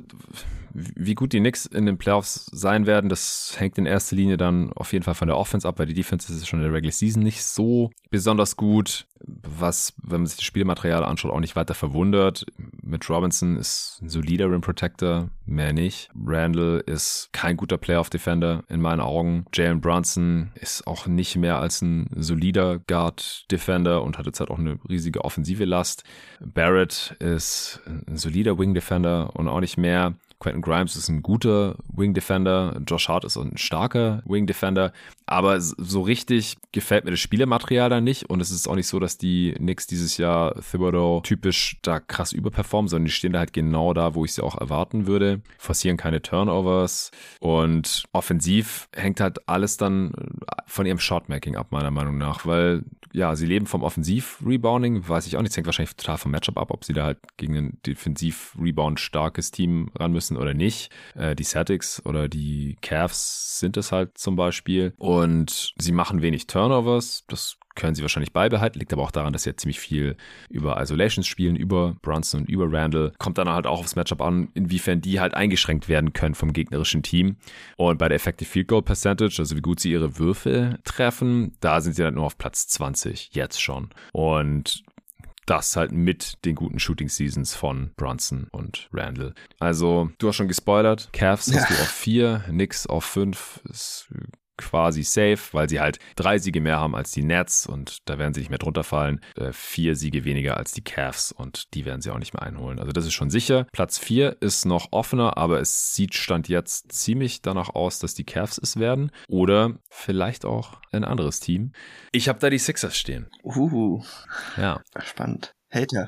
wie gut die Knicks in den Playoffs sein werden, das hängt in erster Linie dann auf jeden Fall von der Offense ab, weil die Defense ist schon in der Regular Season nicht so besonders gut, was, wenn man sich das Spielmaterial anschaut, auch nicht weiter verwundert. Mitch Robinson ist ein solider Rim Protector, mehr nicht. Randall ist kein guter Playoff-Defender in meinen Augen. Jalen Brunson ist auch nicht mehr als ein solider Guard-Defender und hat jetzt halt auch eine riesige offensive Last. Barrett ist ein solider Wing-Defender und auch nicht mehr. Quentin Grimes ist ein guter Wing-Defender, Josh Hart ist ein starker Wing-Defender, aber so richtig gefällt mir das Spielermaterial da nicht und es ist auch nicht so, dass die Knicks dieses Jahr Thibodeau typisch da krass überperformen, sondern die stehen da halt genau da, wo ich sie auch erwarten würde, forcieren keine Turnovers und offensiv hängt halt alles dann von ihrem Shotmaking ab, meiner Meinung nach, weil ja, sie leben vom Offensiv-Rebounding, weiß ich auch nicht, es hängt wahrscheinlich total vom Matchup ab, ob sie da halt gegen ein Defensiv-Rebound starkes Team ran müssen oder nicht. Äh, die Celtics oder die Cavs sind es halt zum Beispiel und sie machen wenig Turnovers, das können sie wahrscheinlich beibehalten, liegt aber auch daran, dass sie ja ziemlich viel über Isolations spielen, über Brunson und über Randall. Kommt dann halt auch aufs Matchup an, inwiefern die halt eingeschränkt werden können vom gegnerischen Team. Und bei der Effective Field Goal Percentage, also wie gut sie ihre Würfe treffen, da sind sie halt nur auf Platz zwanzig, jetzt schon. Und das halt mit den guten Shooting Seasons von Brunson und Randall. Also, du hast schon gespoilert. Cavs ja. hast du auf vier, Knicks auf fünf. Ist quasi safe, weil sie halt drei Siege mehr haben als die Nets und da werden sie nicht mehr drunter fallen. Äh, vier Siege weniger als die Cavs und die werden sie auch nicht mehr einholen. Also das ist schon sicher. Platz vier ist noch offener, aber es sieht Stand jetzt ziemlich danach aus, dass die Cavs es werden oder vielleicht auch ein anderes Team. Ich habe da die Sixers stehen. Uh, ja. Spannend. Hater.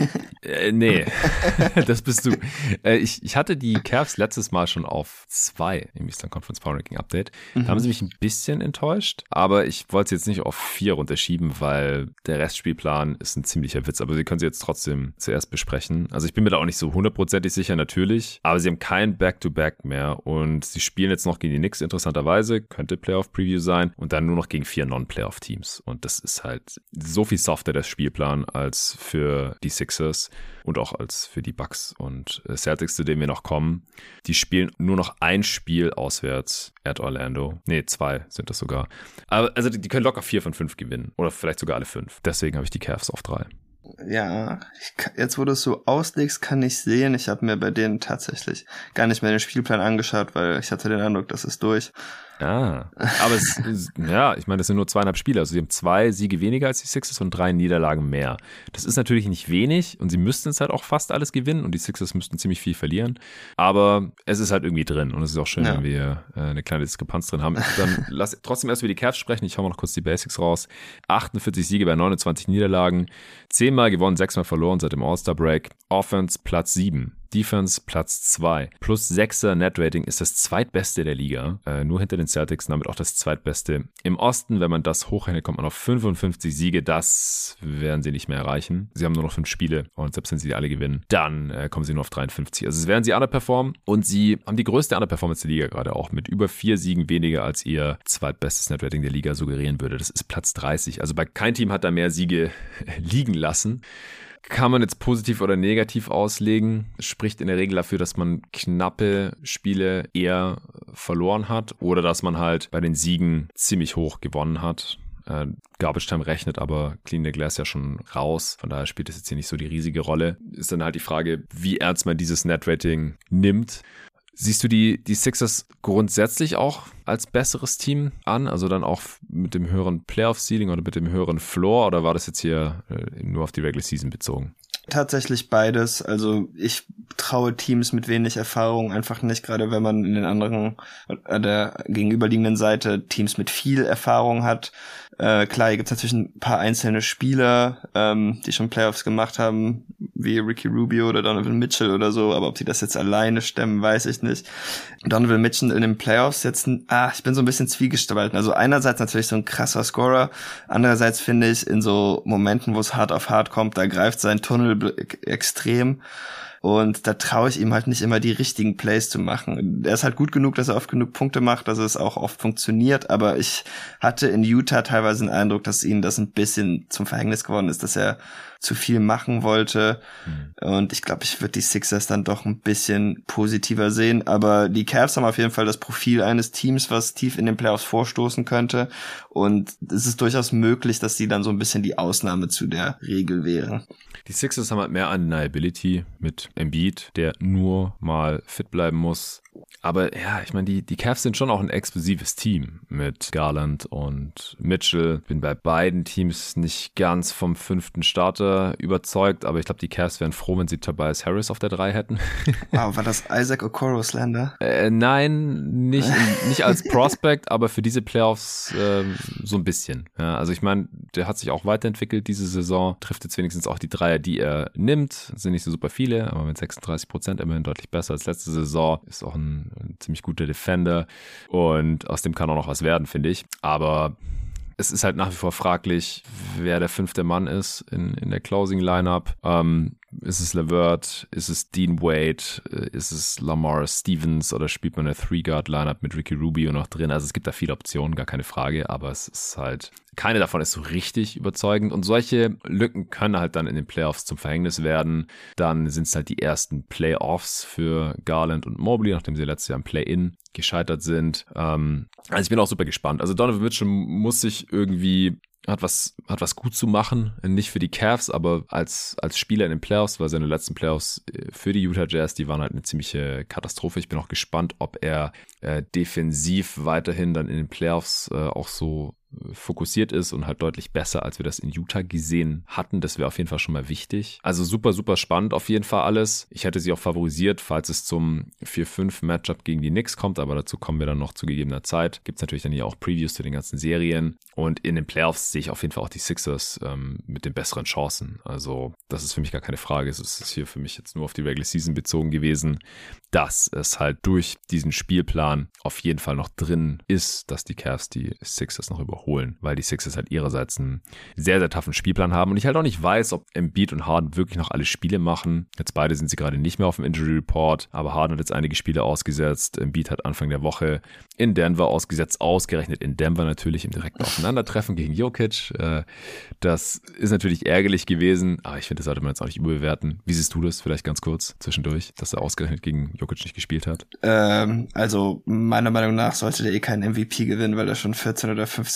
äh, nee, das bist du. Äh, ich, ich hatte die Cavs letztes Mal schon auf zwei im Eastern Conference Power Ranking Update. Mhm. Da haben sie mich ein bisschen enttäuscht, aber ich wollte es jetzt nicht auf vier runterschieben, weil der Restspielplan ist ein ziemlicher Witz, aber sie können sie jetzt trotzdem zuerst besprechen. Also ich bin mir da auch nicht so hundertprozentig sicher, natürlich, aber sie haben kein Back-to-Back mehr und sie spielen jetzt noch gegen die Knicks, interessanterweise, könnte Playoff-Preview sein und dann nur noch gegen vier Non-Playoff-Teams und das ist halt so viel softer, der Spielplan, als für für die Sixers und auch als für die Bucks und Celtics, zu denen wir noch kommen. Die spielen nur noch ein Spiel auswärts at Orlando. Nee, zwei sind das sogar. Aber also die können locker vier von fünf gewinnen oder vielleicht sogar alle fünf. Deswegen habe ich die Cavs auf drei. Ja, ich, jetzt wo du es so auslegst, kann ich sehen, ich habe mir bei denen tatsächlich gar nicht mehr den Spielplan angeschaut, weil ich hatte den Eindruck, das ist durch. Ah, aber es ist, ja, ich meine, das sind nur zweieinhalb Spiele, also sie haben zwei Siege weniger als die Sixers und drei Niederlagen mehr. Das ist natürlich nicht wenig und sie müssten es halt auch fast alles gewinnen und die Sixers müssten ziemlich viel verlieren, aber es ist halt irgendwie drin und es ist auch schön, ja. wenn wir äh, eine kleine Diskrepanz drin haben. Dann lass trotzdem erst über die Cavs sprechen, ich hau mal noch kurz die Basics raus. achtundvierzig Siege bei neunundzwanzig Niederlagen, zehnmal gewonnen, sechsmal verloren seit dem All-Star-Break, Offense Platz sieben. Defense Platz zwei. Plus sechser Net-Rating ist das zweitbeste der Liga. Äh, nur hinter den Celtics, damit auch das zweitbeste im Osten. Wenn man das hochrechnet, kommt man auf fünfundfünfzig Siege. Das werden sie nicht mehr erreichen. Sie haben nur noch fünf Spiele und selbst wenn sie die alle gewinnen, dann äh, kommen sie nur auf dreiundfünfzig. Also es werden sie underperformen und sie haben die größte Underperformance der Liga gerade auch mit über vier Siegen weniger als ihr zweitbestes Net-Rating der Liga suggerieren würde. Das ist Platz dreißig. Also bei kein Team hat da mehr Siege liegen lassen. Kann man jetzt positiv oder negativ auslegen, spricht in der Regel dafür, dass man knappe Spiele eher verloren hat oder dass man halt bei den Siegen ziemlich hoch gewonnen hat. Äh, Garbage Time rechnet aber Clean the Glass ja schon raus, von daher spielt das jetzt hier nicht so die riesige Rolle. Ist dann halt die Frage, wie ernst man dieses Net-Rating nimmt. Siehst du die, die Sixers grundsätzlich auch als besseres Team an? Also dann auch mit dem höheren Playoff-Ceiling oder mit dem höheren Floor? Oder war das jetzt hier äh, nur auf die Regular Season bezogen? Tatsächlich beides. Also ich traue Teams mit wenig Erfahrung einfach nicht, gerade wenn man in den anderen, äh, der gegenüberliegenden Seite Teams mit viel Erfahrung hat. Äh, klar, hier gibt es natürlich ein paar einzelne Spieler, ähm, die schon Playoffs gemacht haben, wie Ricky Rubio oder Donovan Mitchell oder so, aber ob sie das jetzt alleine stemmen, weiß ich nicht. Donovan Mitchell in den Playoffs jetzt, ah, ich bin so ein bisschen zwiegespalten. Also einerseits natürlich so ein krasser Scorer, andererseits finde ich, in so Momenten, wo es hart auf hart kommt, da greift sein Tunnelblick extrem. Und da traue ich ihm halt nicht immer die richtigen Plays zu machen. Er ist halt gut genug, dass er oft genug Punkte macht, dass es auch oft funktioniert. Aber ich hatte in Utah teilweise den Eindruck, dass ihm das ein bisschen zum Verhängnis geworden ist, dass er zu viel machen wollte. Mhm. Und ich glaube, ich würde die Sixers dann doch ein bisschen positiver sehen. Aber die Cavs haben auf jeden Fall das Profil eines Teams, was tief in den Playoffs vorstoßen könnte. Und es ist durchaus möglich, dass sie dann so ein bisschen die Ausnahme zu der Regel wären. Die Sixers haben halt mehr Undeniability mit Embiid, der nur mal fit bleiben muss. Aber ja, ich meine, die, die Cavs sind schon auch ein explosives Team mit Garland und Mitchell. Bin bei beiden Teams nicht ganz vom fünften Starter überzeugt, aber ich glaube, die Cavs wären froh, wenn sie Tobias Harris auf der drei hätten. Wow, war das Isaac Okoro-Slander? Äh, nein, nicht, nicht als Prospect, aber für diese Playoffs äh, so ein bisschen. Ja, also ich meine, der hat sich auch weiterentwickelt diese Saison, trifft jetzt wenigstens auch die Dreier, die er nimmt. Das sind nicht so super viele, aber mit sechsunddreißig Prozent immerhin deutlich besser als letzte Saison. Ist auch ein ein ziemlich guter Defender und aus dem kann auch noch was werden, finde ich. Aber es ist halt nach wie vor fraglich, wer der fünfte Mann ist in, in der Closing-Lineup. Ähm, ist es LeVert? Ist es Dean Wade? Ist es Lamar Stevens? Oder spielt man eine Three-Guard-Lineup mit Ricky Rubio noch drin? Also es gibt da viele Optionen, gar keine Frage, aber es ist halt, keine davon ist so richtig überzeugend und solche Lücken können halt dann in den Playoffs zum Verhängnis werden. Dann sind es halt die ersten Playoffs für Garland und Mobley, nachdem sie letztes Jahr im Play-In gescheitert sind. Ähm, also ich bin auch super gespannt. Also Donovan Mitchell muss sich irgendwie hat was, hat was gut zu machen, nicht für die Cavs, aber als, als Spieler in den Playoffs, weil seine letzten Playoffs für die Utah Jazz, die waren halt eine ziemliche Katastrophe. Ich bin auch gespannt, ob er äh, defensiv weiterhin dann in den Playoffs äh, auch so fokussiert ist und halt deutlich besser, als wir das in Utah gesehen hatten. Das wäre auf jeden Fall schon mal wichtig. Also super, super spannend auf jeden Fall alles. Ich hätte sie auch favorisiert, falls es zum vier fünf Matchup gegen die Knicks kommt, aber dazu kommen wir dann noch zu gegebener Zeit. Gibt es natürlich dann hier auch Previews zu den ganzen Serien und in den Playoffs sehe ich auf jeden Fall auch die Sixers ähm, mit den besseren Chancen. Also das ist für mich gar keine Frage. Es ist hier für mich jetzt nur auf die Regular Season bezogen gewesen, dass es halt durch diesen Spielplan auf jeden Fall noch drin ist, dass die Cavs die Sixers noch überholen, weil die Sixers halt ihrerseits einen sehr, sehr toughen Spielplan haben und ich halt auch nicht weiß, ob Embiid und Harden wirklich noch alle Spiele machen. Jetzt beide sind sie gerade nicht mehr auf dem Injury Report, aber Harden hat jetzt einige Spiele ausgesetzt. Embiid hat Anfang der Woche in Denver ausgesetzt, ausgerechnet in Denver natürlich im direkten Aufeinandertreffen gegen Jokic. Das ist natürlich ärgerlich gewesen, aber ich finde, das sollte man jetzt auch nicht überbewerten. Wie siehst du das vielleicht ganz kurz zwischendurch, dass er ausgerechnet gegen Jokic nicht gespielt hat? Ähm, also meiner Meinung nach sollte der eh keinen M V P gewinnen, weil er schon vierzehn oder fünfzehn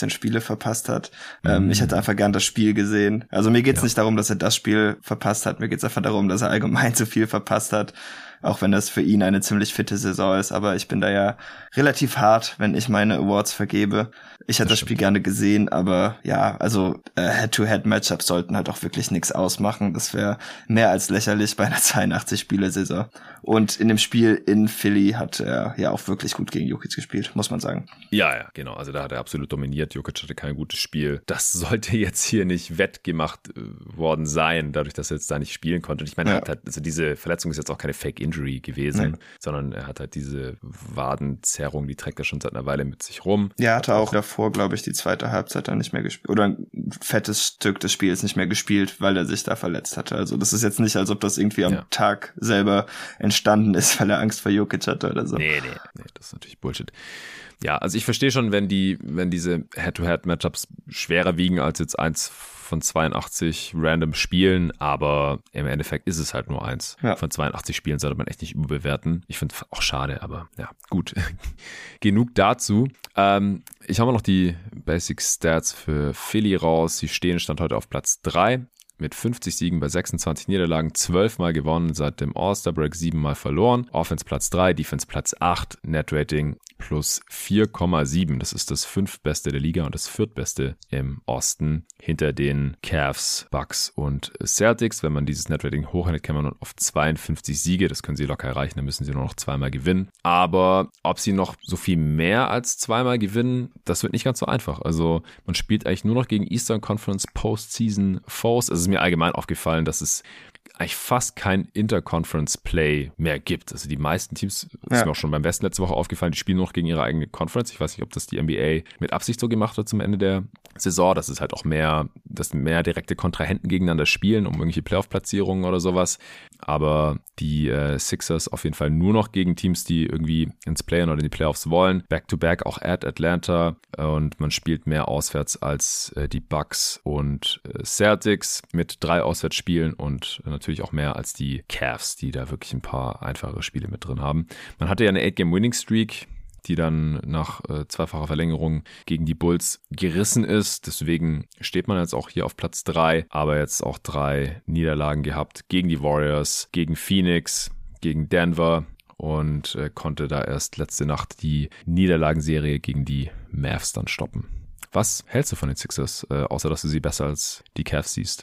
neun Spiele verpasst hat. Mhm. Ähm, ich hätte einfach gern das Spiel gesehen. Also mir geht's ja. nicht darum, dass er das Spiel verpasst hat. Mir geht's einfach darum, dass er allgemein zu viel verpasst hat. Auch wenn das für ihn eine ziemlich fitte Saison ist. Aber ich bin da ja relativ hart, wenn ich meine Awards vergebe. Ich hätte das, das Spiel gerne gesehen, aber ja, also äh, Head-to-Head-Matchups sollten halt auch wirklich nichts ausmachen. Das wäre mehr als lächerlich bei einer zweiundachtzig-Spiele-Saison. Und in dem Spiel in Philly hat er ja auch wirklich gut gegen Jokic gespielt, muss man sagen. Ja, ja, genau. Also da hat er absolut dominiert. Jokic hatte kein gutes Spiel. Das sollte jetzt hier nicht wettgemacht äh, worden sein, dadurch, dass er jetzt da nicht spielen konnte. Und ich meine, ja. er hat halt, also diese Verletzung ist jetzt auch keine Fake-Injury gewesen, mhm. sondern er hat halt diese Wadenzerrung, die trägt er schon seit einer Weile mit sich rum. Ja, hatte auch davor, glaube ich, die zweite Halbzeit dann nicht mehr gespielt. Oder ein fettes Stück des Spiels nicht mehr gespielt, weil er sich da verletzt hatte. Also das ist jetzt nicht, als ob das irgendwie am ja. Tag selber entstanden ist, weil er Angst vor Jokic hatte oder so. Nee, nee, nee, das ist natürlich Bullshit. Ja, also ich verstehe schon, wenn die, wenn diese Head-to-Head-Matchups schwerer wiegen als jetzt eins von zweiundachtzig random Spielen, aber im Endeffekt ist es halt nur eins ja. von zweiundachtzig Spielen, sollte man echt nicht überbewerten. Ich finde es auch schade, aber ja, gut. Genug dazu. Ähm, ich habe noch die Basic Stats für Philly raus. Sie stehen, stand heute auf Platz drei. Mit fünfzig Siegen bei sechsundzwanzig Niederlagen, zwölf Mal gewonnen, seit dem All-Star-Break sieben Mal verloren. Offense Platz drei, Defense Platz acht, Net-Rating plus vier Komma sieben. Das ist das fünftbeste der Liga und das viertbeste im Osten hinter den Cavs, Bucks und Celtics. Wenn man dieses Net-Rating hochrechnet, kann man auf zweiundfünfzig Siege. Das können sie locker erreichen, dann müssen sie nur noch zweimal gewinnen. Aber ob sie noch so viel mehr als zweimal gewinnen, das wird nicht ganz so einfach. Also man spielt eigentlich nur noch gegen Eastern Conference Postseason Foes. Es ist mir allgemein aufgefallen, dass es eigentlich fast kein Interconference-Play mehr gibt. Also die meisten Teams, das ja. ist mir auch schon beim Westen letzte Woche aufgefallen, die spielen nur noch gegen ihre eigene Conference. Ich weiß nicht, ob das die N B A mit Absicht so gemacht hat zum Ende der Saison, dass es halt auch mehr, dass mehr direkte Kontrahenten gegeneinander spielen, um irgendwelche Playoff-Platzierungen oder sowas. Aber die äh, Sixers auf jeden Fall nur noch gegen Teams, die irgendwie ins Play-In oder in die Playoffs wollen. Back-to-back auch at Atlanta und man spielt mehr auswärts als äh, die Bucks und äh, Celtics mit drei Auswärtsspielen und äh, natürlich auch mehr als die Cavs, die da wirklich ein paar einfache Spiele mit drin haben. Man hatte ja eine Eight-Game-Winning-Streak, die dann nach äh, zweifacher Verlängerung gegen die Bulls gerissen ist. Deswegen steht man jetzt auch hier auf Platz drei, aber jetzt auch drei Niederlagen gehabt gegen die Warriors, gegen Phoenix, gegen Denver und äh, konnte da erst letzte Nacht die Niederlagenserie gegen die Mavs dann stoppen. Was hältst du von den Sixers, äh, außer dass du sie besser als die Cavs siehst?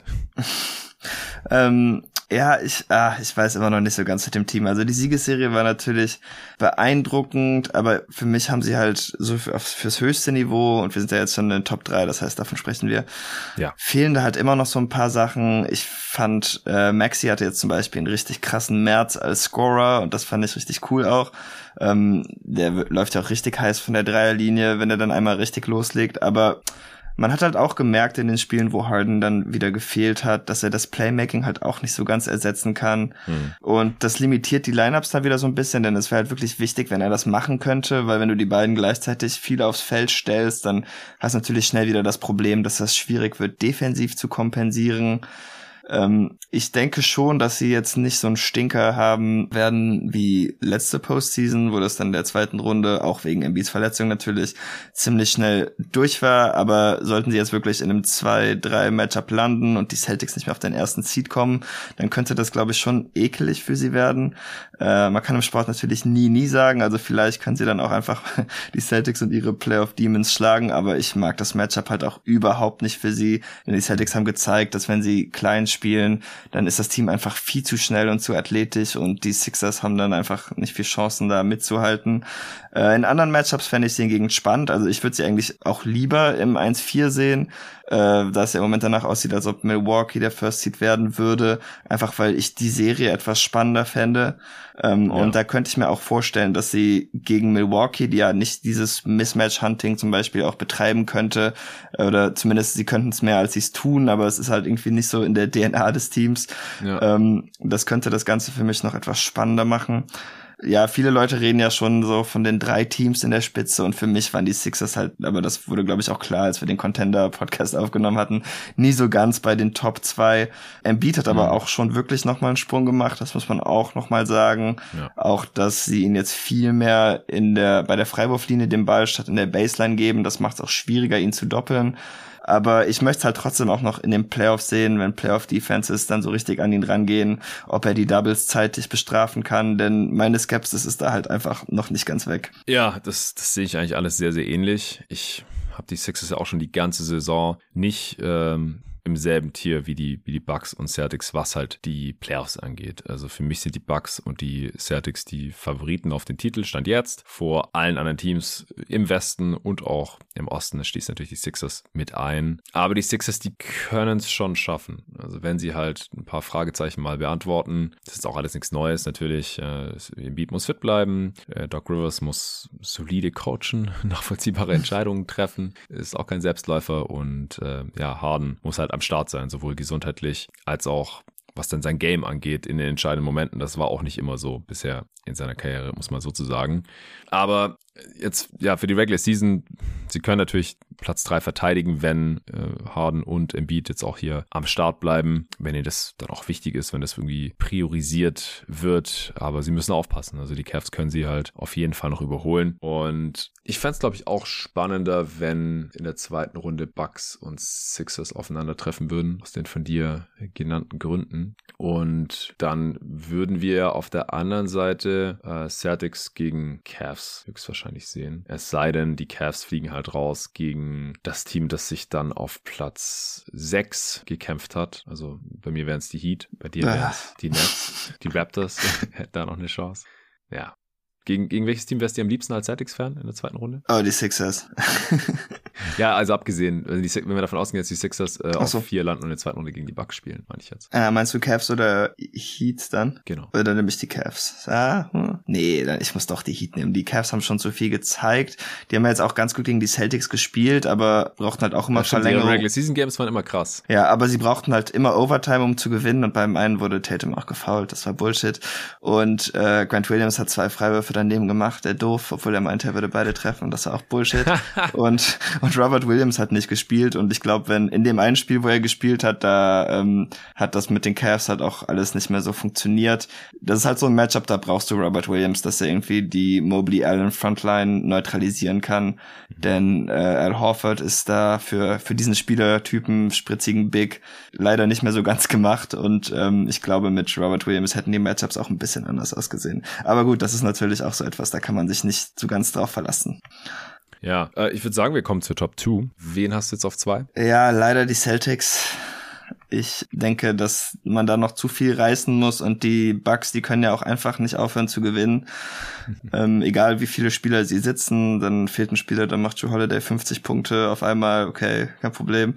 ähm, ja, ich, ah, ich weiß immer noch nicht so ganz mit dem Team. Also die Siegesserie war natürlich beeindruckend, aber für mich haben sie halt so für, fürs höchste Niveau, und wir sind ja jetzt schon in den Top drei, das heißt, davon sprechen wir, ja. fehlen da halt immer noch so ein paar Sachen. Ich fand, äh, Maxey hatte jetzt zum Beispiel einen richtig krassen März als Scorer und das fand ich richtig cool auch. Ähm, der läuft ja auch richtig heiß von der Dreierlinie, wenn er dann einmal richtig loslegt, aber man hat halt auch gemerkt in den Spielen, wo Harden dann wieder gefehlt hat, dass er das Playmaking halt auch nicht so ganz ersetzen kann. Mhm. Und das limitiert die Lineups dann wieder so ein bisschen, denn es wäre halt wirklich wichtig, wenn er das machen könnte, weil wenn du die beiden gleichzeitig viel aufs Feld stellst, dann hast du natürlich schnell wieder das Problem, dass das schwierig wird, defensiv zu kompensieren. Ähm, ich denke schon, dass sie jetzt nicht so einen Stinker haben werden wie letzte Postseason, wo das dann in der zweiten Runde, auch wegen Embiids Verletzung natürlich, ziemlich schnell durch war, aber sollten sie jetzt wirklich in einem zwei drei Matchup landen und die Celtics nicht mehr auf den ersten Seed kommen, dann könnte das, glaube ich, schon ekelig für sie werden. Äh, man kann im Sport natürlich nie, nie sagen, also vielleicht können sie dann auch einfach die Celtics und ihre Playoff-Demons schlagen, aber ich mag das Matchup halt auch überhaupt nicht für sie, denn die Celtics haben gezeigt, dass wenn sie klein spielen, dann ist das Team einfach viel zu schnell und zu athletisch und die Sixers haben dann einfach nicht viel Chancen, da mitzuhalten. Äh, in anderen Matchups fände ich sie hingegen spannend, also ich würde sie eigentlich auch lieber im eins vier sehen, äh, da es ja im Moment danach aussieht, als ob Milwaukee der First Seed werden würde, einfach weil ich die Serie etwas spannender fände. Ähm, ja. Und da könnte ich mir auch vorstellen, dass sie gegen Milwaukee, die ja nicht dieses Mismatch-Hunting zum Beispiel auch betreiben könnte, oder zumindest sie könnten es mehr, als sie es tun, aber es ist halt irgendwie nicht so in der D N A des Teams. Ja. Ähm, das könnte das Ganze für mich noch etwas spannender machen. ja, viele Leute reden ja schon so von den drei Teams in der Spitze und für mich waren die Sixers halt, aber das wurde, glaube ich, auch klar, als wir den Contender-Podcast aufgenommen hatten, nie so ganz bei den Top zwei. Embiid hat aber mhm. auch schon wirklich nochmal einen Sprung gemacht, das muss man auch nochmal sagen. Ja. Auch, dass sie ihn jetzt viel mehr in der bei der Freiwurflinie den Ball statt in der Baseline geben, das macht es auch schwieriger, ihn zu doppeln. Aber ich möchte es halt trotzdem auch noch in den Playoffs sehen, wenn Playoff-Defenses dann so richtig an ihn rangehen, ob er die Doubles zeitig bestrafen kann, denn meine Skepsis ist da halt einfach noch nicht ganz weg. Ja, das, das sehe ich eigentlich alles sehr, sehr ähnlich. Ich habe die Sixers ja auch schon die ganze Saison nicht ähm, im selben Tier wie die, wie die Bucks und Celtics, was halt die Playoffs angeht. Also für mich sind die Bucks und die Celtics die Favoriten auf den Titel, Stand jetzt, vor allen anderen Teams im Westen und auch im Osten. Da schließt natürlich die Sixers mit ein. Aber die Sixers, die können es schon schaffen. Also wenn sie halt ein paar Fragezeichen mal beantworten, das ist auch alles nichts Neues natürlich. Äh, Embiid muss fit bleiben, äh, Doc Rivers muss solide coachen, nachvollziehbare Entscheidungen treffen, ist auch kein Selbstläufer und äh, ja, Harden muss halt am Start sein, sowohl gesundheitlich als auch was dann sein Game angeht in den entscheidenden Momenten. Das war auch nicht immer so bisher in seiner Karriere, muss man so zu sagen. Aber jetzt, ja, für die Regular Season, sie können natürlich Platz drei verteidigen, wenn äh, Harden und Embiid jetzt auch hier am Start bleiben, wenn ihnen das dann auch wichtig ist, wenn das irgendwie priorisiert wird. Aber sie müssen aufpassen. Also die Cavs können sie halt auf jeden Fall noch überholen. Und ich fände es, glaube ich, auch spannender, wenn in der zweiten Runde Bucks und Sixers aufeinandertreffen würden, aus den von dir genannten Gründen. Und dann würden wir auf der anderen Seite äh, Celtics gegen Cavs höchstwahrscheinlich sehen. Es sei denn, die Cavs fliegen halt raus gegen das Team, das sich dann auf Platz sechs gekämpft hat. Also bei mir wären es die Heat, bei dir wären es die Nets, die Raptors hätten da noch eine Chance. Ja. Gegen, gegen welches Team wärst du am liebsten als Celtics-Fan in der zweiten Runde? Oh, die Sixers. Ja, also abgesehen, wenn wir davon ausgehen, dass die Sixers äh, auf so. vier landen und in der zweiten Runde gegen die Bucks spielen, meine ich jetzt. Äh, meinst du Cavs oder Heat dann? Genau. Oder nehme ich die Cavs? Ah, hm. Nee, dann, ich muss doch die Heat nehmen. Die Cavs haben schon so viel gezeigt. Die haben ja jetzt auch ganz gut gegen die Celtics gespielt, aber brauchten halt auch immer ja, Verlängerung. Die Regular Season Games waren immer krass. Ja, aber sie brauchten halt immer Overtime, um zu gewinnen, und beim einen wurde Tatum auch gefoult. Das war Bullshit. Und äh, Grant Williams hat zwei Freiwürfe daneben gemacht, der doof, obwohl er meinte, er würde beide treffen, und das war auch Bullshit. und und Robert Williams hat nicht gespielt, und ich glaube, wenn in dem einen Spiel, wo er gespielt hat, da ähm, hat das mit den Cavs halt auch alles nicht mehr so funktioniert. Das ist halt so ein Matchup, da brauchst du Robert Williams, dass er irgendwie die Mobley-Allen-Frontline neutralisieren kann, mhm. denn äh, Al Horford ist da für für diesen Spielertypen, spritzigen Big, leider nicht mehr so ganz gemacht, und ähm, ich glaube, mit Robert Williams hätten die Matchups auch ein bisschen anders ausgesehen. Aber gut, das ist natürlich auch so etwas, da kann man sich nicht so ganz drauf verlassen. Ja, äh, ich würde sagen, wir kommen zur Top zwei. Wen hast du jetzt auf zwei? Ja, leider die Celtics. Ich denke, dass man da noch zu viel reißen muss, und die Bucks, die können ja auch einfach nicht aufhören zu gewinnen. ähm, egal wie viele Spieler sie sitzen, dann fehlt ein Spieler, dann macht Jrue Holiday fünfzig Punkte auf einmal, okay, kein Problem.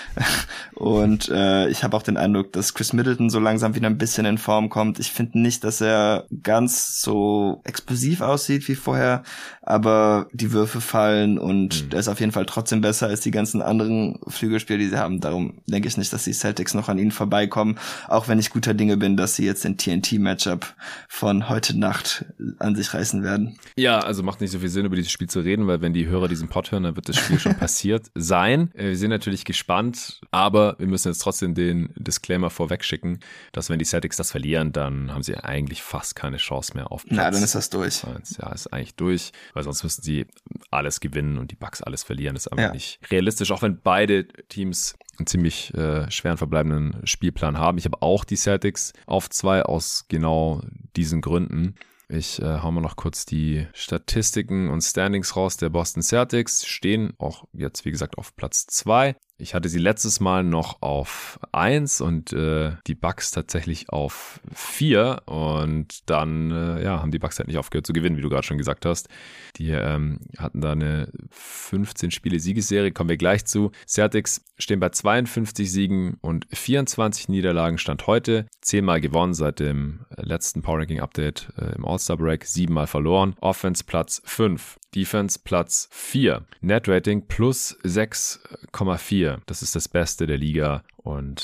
und äh, ich habe auch den Eindruck, dass Chris Middleton so langsam wieder ein bisschen in Form kommt. Ich finde nicht, dass er ganz so explosiv aussieht wie vorher, aber die Würfe fallen, und mhm. er ist auf jeden Fall trotzdem besser als die ganzen anderen Flügelspieler, die sie haben. Darum denke ich nicht, dass die Celtics noch an ihnen vorbeikommen, auch wenn ich guter Dinge bin, dass sie jetzt den T N T-Matchup von heute Nacht an sich reißen werden. Ja, also macht nicht so viel Sinn, über dieses Spiel zu reden, weil wenn die Hörer diesen Pod hören, dann wird das Spiel schon passiert sein. Wir sind natürlich gespannt, aber wir müssen jetzt trotzdem den Disclaimer vorweg schicken, dass wenn die Celtics das verlieren, dann haben sie eigentlich fast keine Chance mehr auf Platz. Na, dann ist das durch. Ja, ist eigentlich durch, weil sonst müssten sie alles gewinnen und die Bucks alles verlieren. Das ist einfach ja. nicht realistisch, auch wenn beide Teams einen ziemlich äh, schweren verbleibenden Spielplan haben. Ich habe auch die Celtics auf zwei aus genau diesen Gründen. Ich äh, hau mal noch kurz die Statistiken und Standings raus. Der Boston Celtics stehen auch jetzt, wie gesagt, auf Platz zwei. Ich hatte sie letztes Mal noch auf eins und äh, die Bucks tatsächlich auf vier, und dann äh, ja, haben die Bucks halt nicht aufgehört zu gewinnen, wie du gerade schon gesagt hast. Die ähm, hatten da eine fünfzehn Spiele Siegesserie, kommen wir gleich zu. Celtics stehen bei zweiundfünfzig Siegen und vierundzwanzig Niederlagen Stand heute. zehnmal gewonnen seit dem letzten Power Ranking Update äh, im All-Star Break, siebenmal verloren. Offense Platz fünf. Defense Platz vier. Net Rating plus sechs Komma vier. Das ist das Beste der Liga, und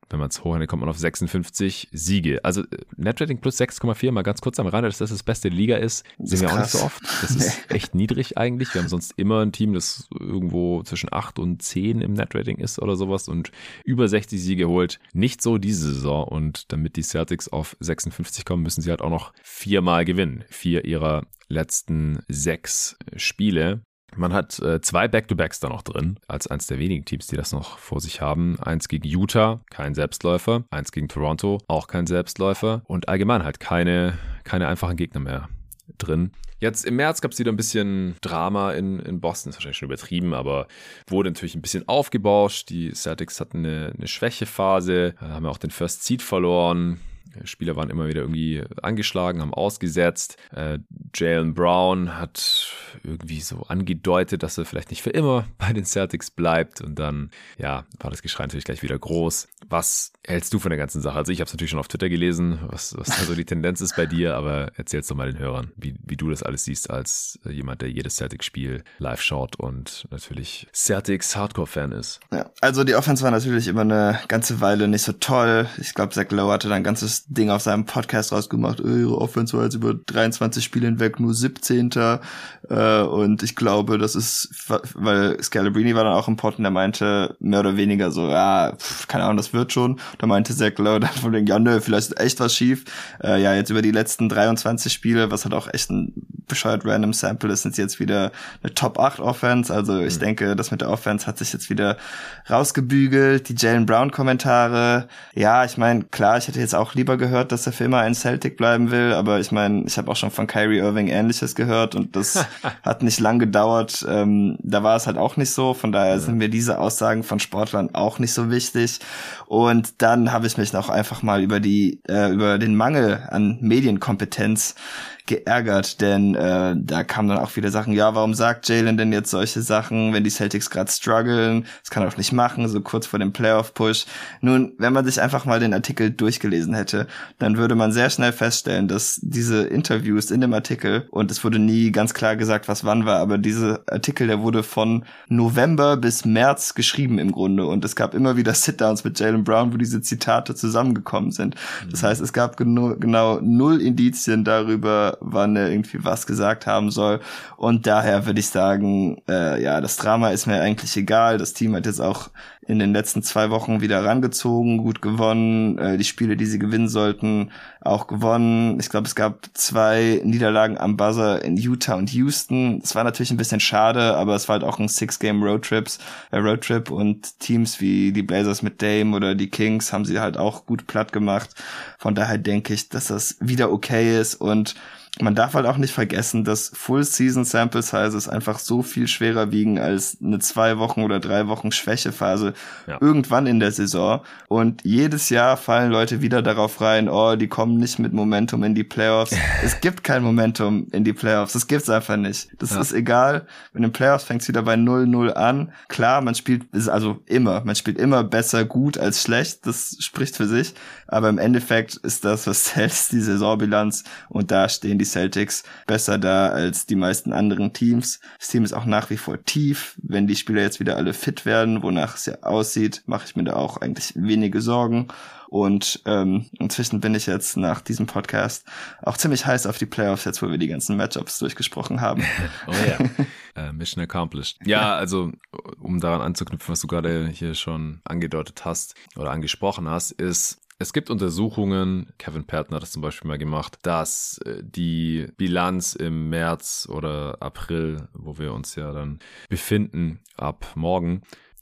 wenn man es hochrechnet, kommt man auf sechsundfünfzig Siege. Also Netrating plus sechs Komma vier, mal ganz kurz am Rande, dass das das beste Liga ist, sehen wir auch nicht so oft. Das ist echt niedrig eigentlich. Wir haben sonst immer ein Team, das irgendwo zwischen acht und zehn im Netrating ist oder sowas und über sechzig Siege holt. Nicht so diese Saison. Und damit die Celtics auf sechsundfünfzig kommen, müssen sie halt auch noch viermal gewinnen. Vier ihrer letzten sechs Spiele. Man hat äh, zwei Back-to-Backs da noch drin, als eins der wenigen Teams, die das noch vor sich haben. Eins gegen Utah, kein Selbstläufer. Eins gegen Toronto, auch kein Selbstläufer. Und allgemein halt keine, keine einfachen Gegner mehr drin. Jetzt im März gab es wieder ein bisschen Drama in, in Boston, ist wahrscheinlich schon übertrieben, aber wurde natürlich ein bisschen aufgebauscht. Die Celtics hatten eine, eine Schwächephase, haben ja auch den First Seed verloren. Spieler waren immer wieder irgendwie angeschlagen, haben ausgesetzt. Äh, Jaylen Brown hat irgendwie so angedeutet, dass er vielleicht nicht für immer bei den Celtics bleibt. Und dann, ja, war das Geschrei natürlich gleich wieder groß. Was hältst du von der ganzen Sache? Also ich habe es natürlich schon auf Twitter gelesen, was, was da so die Tendenz ist bei dir, aber erzähl's doch mal den Hörern, wie, wie du das alles siehst als jemand, der jedes Celtics-Spiel live schaut und natürlich Celtics Hardcore-Fan ist. Ja, also die Offense war natürlich immer eine ganze Weile nicht so toll. Ich glaube, Zach Lowe hatte da ein ganzes Ding auf seinem Podcast rausgemacht, ihre Offense war jetzt über dreiundzwanzig Spiele hinweg nur siebzehnter Äh, und ich glaube, das ist, weil Scalabrine war dann auch im Pod und der meinte mehr oder weniger so, ja, pf, keine Ahnung, das wird schon. Da meinte Zach Lowe dann von dem, ja, nö, vielleicht ist echt was schief. Äh, ja, jetzt über die letzten dreiundzwanzig Spiele, was halt auch echt ein bescheuert random Sample ist, sind jetzt wieder eine Top acht Offense. Also ich mhm. denke, das mit der Offense hat sich jetzt wieder rausgebügelt. Die Jaylen Brown Kommentare, ja, ich meine, klar, ich hätte jetzt auch lieber gehört, dass er für immer ein Celtic bleiben will, aber ich meine, ich habe auch schon von Kyrie Irving Ähnliches gehört und das hat nicht lang gedauert. Ähm, da war es halt auch nicht so, von daher ja. sind mir diese Aussagen von Sportlern auch nicht so wichtig. Und dann habe ich mich noch einfach mal über die äh, über den Mangel an Medienkompetenz geärgert, denn äh, da kamen dann auch viele Sachen, ja, warum sagt Jaylen denn jetzt solche Sachen, wenn die Celtics gerade strugglen? Das kann er auch nicht machen, so kurz vor dem Playoff-Push. Nun, wenn man sich einfach mal den Artikel durchgelesen hätte, dann würde man sehr schnell feststellen, dass diese Interviews in dem Artikel, und es wurde nie ganz klar gesagt, was wann war, aber dieser Artikel, der wurde von November bis März geschrieben im Grunde und es gab immer wieder Sit-Downs mit Jaylen Brown, wo diese Zitate zusammengekommen sind. Das heißt, es gab genu- genau null Indizien darüber, wann er irgendwie was gesagt haben soll. Und daher würde ich sagen, äh, ja, das Drama ist mir eigentlich egal. Das Team hat jetzt auch in den letzten zwei Wochen wieder rangezogen, gut gewonnen. Äh, die Spiele, die sie gewinnen sollten, auch gewonnen. Ich glaube, es gab zwei Niederlagen am Buzzer in Utah und Houston. Es war natürlich ein bisschen schade, aber es war halt auch ein Six-Game-Roadtrips, äh, Roadtrip und Teams wie die Blazers mit Dame oder die Kings haben sie halt auch gut platt gemacht. Von daher denke ich, dass das wieder okay ist und man darf halt auch nicht vergessen, dass Full-Season-Sample Sizes einfach so viel schwerer wiegen als eine zwei Wochen oder drei Wochen Schwächephase ja. irgendwann in der Saison. Und jedes Jahr fallen Leute wieder darauf rein, oh, die kommen nicht mit Momentum in die Playoffs. Es gibt kein Momentum in die Playoffs. Das gibt's einfach nicht. Das ja. ist egal. In den Playoffs fängt's wieder bei null null an. Klar, man spielt, ist also immer, man spielt immer besser gut als schlecht. Das spricht für sich. Aber im Endeffekt ist das, was zählt, die Saisonbilanz. Und da stehen die Celtics besser da als die meisten anderen Teams. Das Team ist auch nach wie vor tief. Wenn die Spieler jetzt wieder alle fit werden, wonach es ja aussieht, mache ich mir da auch eigentlich wenige Sorgen. Und ähm, inzwischen bin ich jetzt nach diesem Podcast auch ziemlich heiß auf die Playoffs, jetzt wo wir die ganzen Matchups durchgesprochen haben. Oh ja, uh, Mission accomplished. Ja, also um daran anzuknüpfen, was du gerade hier schon angedeutet hast oder angesprochen hast, ist, es gibt Untersuchungen, Kevin Patton hat das zum Beispiel mal gemacht, dass die Bilanz im März oder April, wo wir uns ja dann befinden, ab morgen,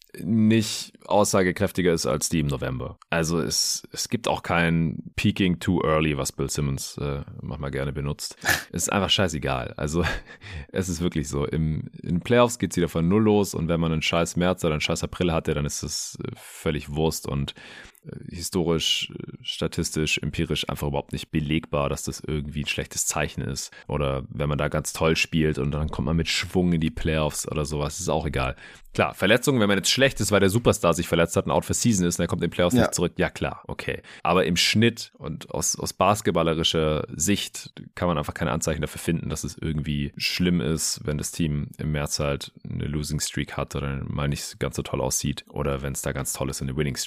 nicht aussagekräftiger ist als die im November. Also es, es gibt auch kein Peaking too early, was Bill Simmons äh, manchmal gerne benutzt. Es ist einfach scheißegal. Also es ist wirklich so. Im, in den Playoffs geht's wieder von null los und wenn man einen scheiß März oder einen scheiß April hatte, dann ist das völlig Wurst und historisch, statistisch, empirisch einfach überhaupt nicht belegbar, dass das irgendwie ein schlechtes Zeichen ist. Oder wenn man da ganz toll spielt und dann kommt man mit Schwung in die Playoffs oder sowas, ist auch egal. Klar, Verletzungen, wenn man jetzt schlecht ist, weil der Superstar sich verletzt hat und out for season ist und er kommt in den Playoffs ja. nicht zurück, ja klar, okay. Aber im Schnitt und aus, aus basketballerischer Sicht kann man einfach keine Anzeichen dafür finden, dass es irgendwie schlimm ist, wenn das Team im März halt eine Losing Streak hat oder mal nicht ganz so toll aussieht oder wenn es da ganz toll ist und eine Winning Streak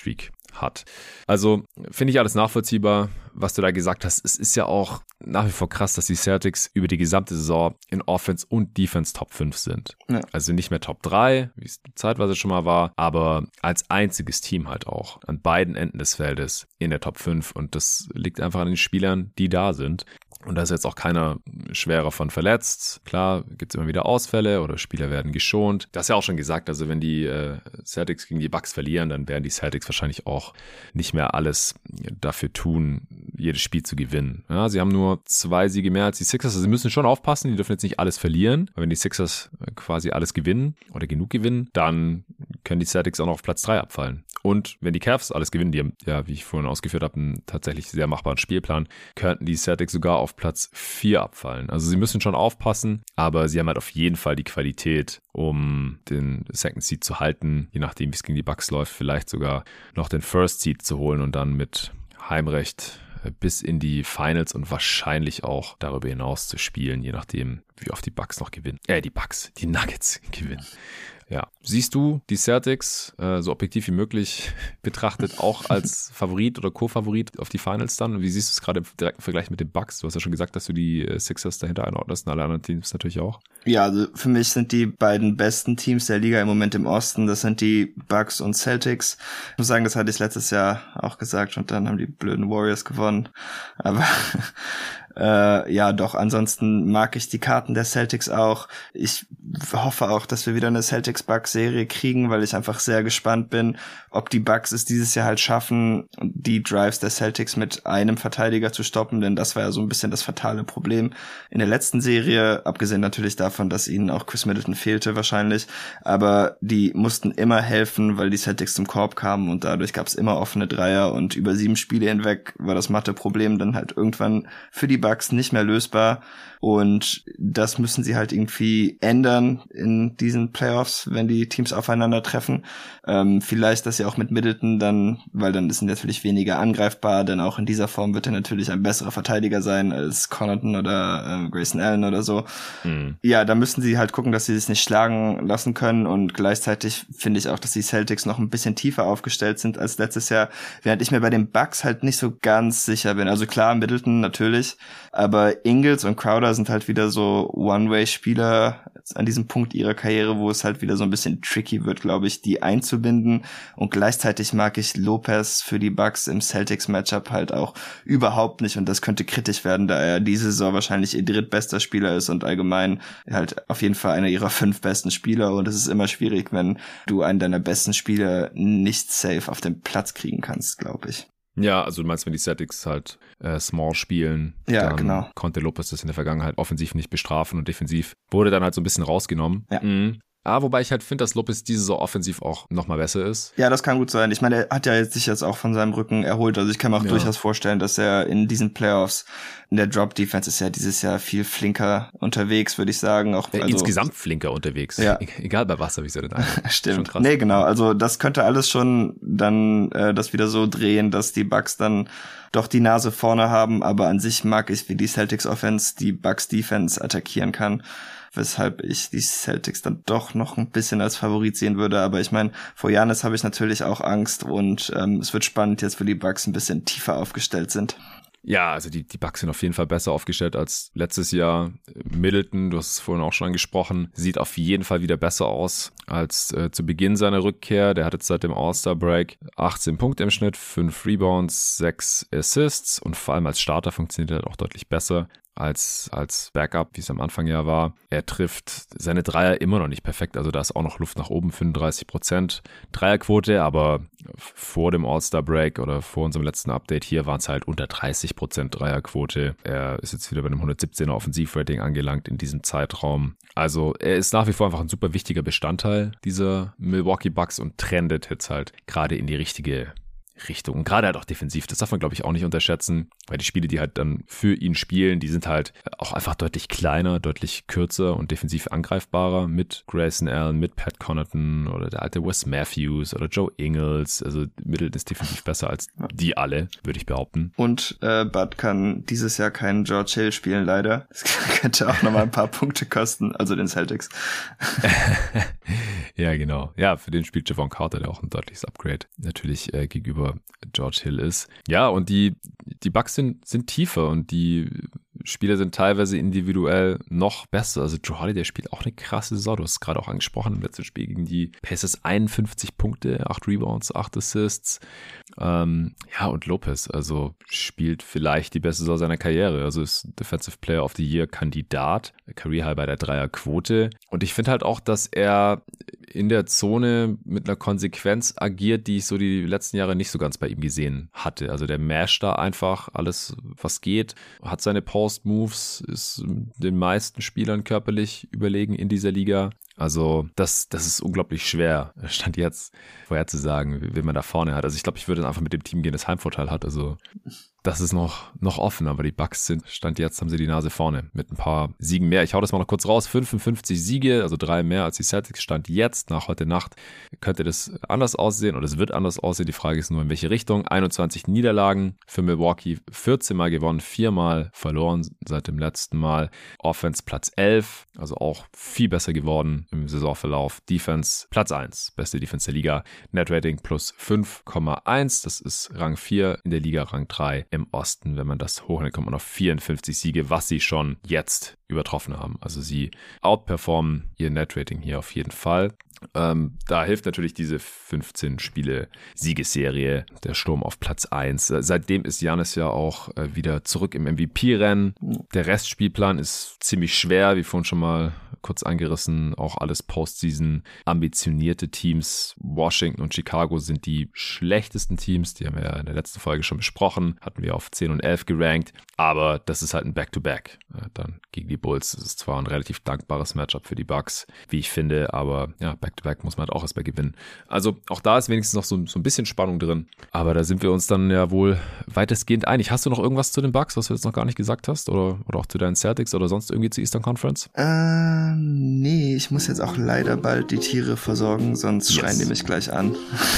hat. Also finde ich alles nachvollziehbar, was du da gesagt hast. Es ist ja auch nach wie vor krass, dass die Celtics über die gesamte Saison in Offense und Defense Top fünf sind. Ja. Also nicht mehr Top drei, wie es zeitweise schon mal war, aber als einziges Team halt auch an beiden Enden des Feldes in der Top fünf. Und das liegt einfach an den Spielern, die da sind. Und da ist jetzt auch keiner schwerer von verletzt. Klar, gibt es immer wieder Ausfälle oder Spieler werden geschont. Das ist ja auch schon gesagt, also wenn die äh, Celtics gegen die Bucks verlieren, dann werden die Celtics wahrscheinlich auch nicht mehr alles dafür tun, jedes Spiel zu gewinnen. Ja, sie haben nur zwei Siege mehr als die Sixers. Also sie müssen schon aufpassen, die dürfen jetzt nicht alles verlieren. Aber wenn die Sixers quasi alles gewinnen oder genug gewinnen, dann können die Celtics auch noch auf Platz drei abfallen. Und wenn die Cavs alles gewinnen, die haben, ja, wie ich vorhin ausgeführt habe, einen tatsächlich sehr machbaren Spielplan, könnten die Celtics sogar auf Platz vier abfallen. Also sie müssen schon aufpassen, aber sie haben halt auf jeden Fall die Qualität, um den Second Seed zu halten, je nachdem, wie es gegen die Bucks läuft, vielleicht sogar noch den First Seed zu holen und dann mit Heimrecht bis in die Finals und wahrscheinlich auch darüber hinaus zu spielen, je nachdem, wie oft die Bucks noch gewinnen. Äh, die Bucks, die Nuggets gewinnen. Ja, siehst du die Celtics äh, so objektiv wie möglich betrachtet auch als Favorit oder Co-Favorit auf die Finals dann? Wie siehst du es gerade im direkten Vergleich mit den Bucks? Du hast ja schon gesagt, dass du die äh, Sixers dahinter einordnest und alle anderen Teams natürlich auch. Ja, also für mich sind die beiden besten Teams der Liga im Moment im Osten, das sind die Bucks und Celtics. Ich muss sagen, das hatte ich letztes Jahr auch gesagt und dann haben die blöden Warriors gewonnen. Aber Äh, ja, doch, ansonsten mag ich die Karten der Celtics auch. Ich hoffe auch, dass wir wieder eine Celtics-Bucks-Serie kriegen, weil ich einfach sehr gespannt bin, ob die Bucks es dieses Jahr halt schaffen, die Drives der Celtics mit einem Verteidiger zu stoppen, denn das war ja so ein bisschen das fatale Problem in der letzten Serie, abgesehen natürlich davon, dass ihnen auch Chris Middleton fehlte wahrscheinlich, aber die mussten immer helfen, weil die Celtics zum Korb kamen und dadurch gab es immer offene Dreier und über sieben Spiele hinweg war das Mathe-Problem dann halt irgendwann für die Bucks nicht mehr lösbar und das müssen sie halt irgendwie ändern in diesen Playoffs, wenn die Teams aufeinandertreffen. Ähm, vielleicht, dass sie auch mit Middleton dann, weil dann ist er natürlich weniger angreifbar, denn auch in dieser Form wird er natürlich ein besserer Verteidiger sein als Connaughton oder äh, Grayson Allen oder so. Mhm. Ja, da müssen sie halt gucken, dass sie sich nicht schlagen lassen können und gleichzeitig finde ich auch, dass die Celtics noch ein bisschen tiefer aufgestellt sind als letztes Jahr, während ich mir bei den Bucks halt nicht so ganz sicher bin. Also klar, Middleton natürlich, aber Ingles und Crowder sind halt wieder so One-Way-Spieler an diesem Punkt ihrer Karriere, wo es halt wieder so ein bisschen tricky wird, glaube ich, die einzubinden. Und gleichzeitig mag ich Lopez für die Bucks im Celtics-Matchup halt auch überhaupt nicht. Und das könnte kritisch werden, da er diese Saison wahrscheinlich ihr drittbester Spieler ist und allgemein halt auf jeden Fall einer ihrer fünf besten Spieler. Und es ist immer schwierig, wenn du einen deiner besten Spieler nicht safe auf den Platz kriegen kannst, glaube ich. Ja, also du meinst, wenn die Celtics halt äh, small spielen, ja, dann genau. konnte Lopez das in der Vergangenheit offensiv nicht bestrafen und defensiv wurde dann halt so ein bisschen rausgenommen. Ja. Mhm. Ah, wobei ich halt finde, dass Lopez diese Saison offensiv auch nochmal besser ist. Ja, das kann gut sein. Ich meine, er hat ja jetzt sich jetzt auch von seinem Rücken erholt. Also ich kann mir auch ja. durchaus vorstellen, dass er in diesen Playoffs, in der Drop-Defense ist ja dieses Jahr viel flinker unterwegs, würde ich sagen. Auch ja, also, insgesamt flinker unterwegs. Ja. E- egal bei was, habe ich so den Eindruck. Stimmt. Nee, genau. Also das könnte alles schon dann äh, das wieder so drehen, dass die Bucks dann doch die Nase vorne haben. Aber an sich mag ich, wie die Celtics Offense die Bucks Defense attackieren kann. Weshalb ich die Celtics dann doch noch ein bisschen als Favorit sehen würde. Aber ich meine, vor Giannis habe ich natürlich auch Angst und ähm, es wird spannend jetzt, wo die Bucks ein bisschen tiefer aufgestellt sind. Ja, also die, die Bucks sind auf jeden Fall besser aufgestellt als letztes Jahr. Middleton, du hast es vorhin auch schon angesprochen, sieht auf jeden Fall wieder besser aus als äh, zu Beginn seiner Rückkehr. Der hat jetzt seit dem All-Star-Break achtzehn Punkte im Schnitt, fünf Rebounds, sechs Assists und vor allem als Starter funktioniert er auch deutlich besser als als Backup, wie es am Anfang ja war. Er trifft seine Dreier immer noch nicht perfekt, also da ist auch noch Luft nach oben, fünfunddreißig Prozent Dreierquote, aber vor dem All-Star-Break oder vor unserem letzten Update hier waren es halt unter dreißig Prozent Dreierquote. Er ist jetzt wieder bei einem hundertsiebzehner Offensivrating angelangt in diesem Zeitraum. Also er ist nach wie vor einfach ein super wichtiger Bestandteil dieser Milwaukee Bucks und trendet jetzt halt gerade in die richtige Richtung. Und gerade halt auch defensiv, das darf man, glaube ich, auch nicht unterschätzen, weil die Spiele, die halt dann für ihn spielen, die sind halt auch einfach deutlich kleiner, deutlich kürzer und defensiv angreifbarer mit Grayson Allen, mit Pat Connaughton oder der alte Wes Matthews oder Joe Ingles. Also Middleton ist definitiv besser als die alle, würde ich behaupten. Und äh, Bud kann dieses Jahr keinen George Hill spielen, leider. Das könnte auch nochmal ein paar Punkte kosten, also den Celtics. Ja, genau. Ja, für den spielt Javon Carter, der auch ein deutliches Upgrade natürlich äh, gegenüber Faktor George Hill ist. Ja, und die, die Bucks sind, sind tiefer und die Spieler sind teilweise individuell noch besser. Also Drew Holiday spielt auch eine krasse Saison. Du hast es gerade auch angesprochen im letzten Spiel gegen die Pacers, einundfünfzig Punkte, acht Rebounds, acht Assists. Ähm, ja, und Lopez, also spielt vielleicht die beste Saison seiner Karriere. Also ist Defensive Player of the Year Kandidat, Career High bei der Dreierquote. Und ich finde halt auch, dass er in der Zone mit einer Konsequenz agiert, die ich so die letzten Jahre nicht so ganz bei ihm gesehen hatte. Also der masht da einfach alles, was geht, hat seine Post-Moves, ist den meisten Spielern körperlich überlegen in dieser Liga. Also das, das ist unglaublich schwer, Stand jetzt vorherzusagen, wen man da vorne hat. Also ich glaube, ich würde dann einfach mit dem Team gehen, das Heimvorteil hat. Also das ist noch, noch offen, aber die Bucks sind, Stand jetzt haben sie die Nase vorne mit ein paar Siegen mehr. Ich hau das mal noch kurz raus, fünfundfünfzig Siege, also drei mehr als die Celtics. Stand jetzt, nach heute Nacht, könnte das anders aussehen oder es wird anders aussehen. Die Frage ist nur, in welche Richtung. einundzwanzig Niederlagen für Milwaukee, vierzehn Mal gewonnen, vier Mal verloren seit dem letzten Mal. Offense Platz elf, also auch viel besser geworden im Saisonverlauf. Defense Platz eins, beste Defense der Liga. Net Rating plus fünf Komma eins, das ist Rang vier in der Liga, Rang drei im Osten. Wenn man das hochnimmt, kommt man auf vierundfünfzig Siege, was sie schon jetzt übertroffen haben. Also sie outperformen ihr Net Rating hier auf jeden Fall. Ähm, da hilft natürlich diese fünfzehn Spiele Siegesserie, der Sturm auf Platz eins. Seitdem ist Giannis ja auch äh, wieder zurück im M V P-Rennen. Der Restspielplan ist ziemlich schwer, wie vorhin schon mal kurz angerissen, auch alles Postseason ambitionierte Teams. Washington und Chicago sind die schlechtesten Teams, die haben wir ja in der letzten Folge schon besprochen, hatten wir auf zehn und elf gerankt, aber das ist halt ein Back-to-Back dann gegen die Bulls. Das ist zwar ein relativ dankbares Matchup für die Bucks, wie ich finde, aber ja, Back-to-Back muss man halt auch erstmal gewinnen. Also auch da ist wenigstens noch so, so ein bisschen Spannung drin, aber da sind wir uns dann ja wohl weitestgehend einig. Hast du noch irgendwas zu den Bucks, was du jetzt noch gar nicht gesagt hast, oder, oder auch zu deinen Celtics oder sonst irgendwie zur Eastern Conference? Ähm, nee, ich muss jetzt auch leider bald die Tiere versorgen, sonst yes. schreien die mich gleich an.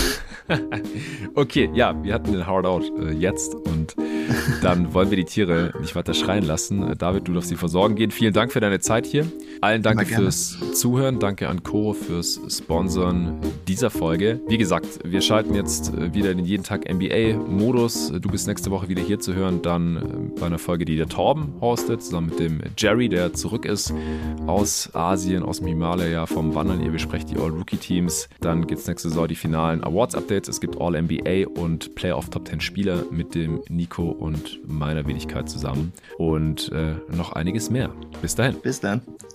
Okay, ja, wir hatten den Hard Out äh, jetzt und dann wollen wir die Tiere nicht weiter schreien lassen. David, du darfst sie versorgen gehen. Vielen Dank für deine Zeit hier. Allen danke fürs Zuhören. Danke an Koro fürs Sponsoren dieser Folge. Wie gesagt, wir schalten jetzt wieder in den jeden Tag N B A-Modus. Du bist nächste Woche wieder hier zu hören, dann bei einer Folge, die der Torben hostet, zusammen mit dem Jerry, der zurück ist aus Asien, aus dem Himalaya, vom Wandern. Ihr besprecht die All-Rookie-Teams. Dann gibt es nächste Saison die finalen Awards-Updates. Es gibt All-N B A und Playoff Top zehn Spieler mit dem Nico und meiner Wenigkeit zusammen und äh, noch einiges mehr. Bis dahin. Bis dann.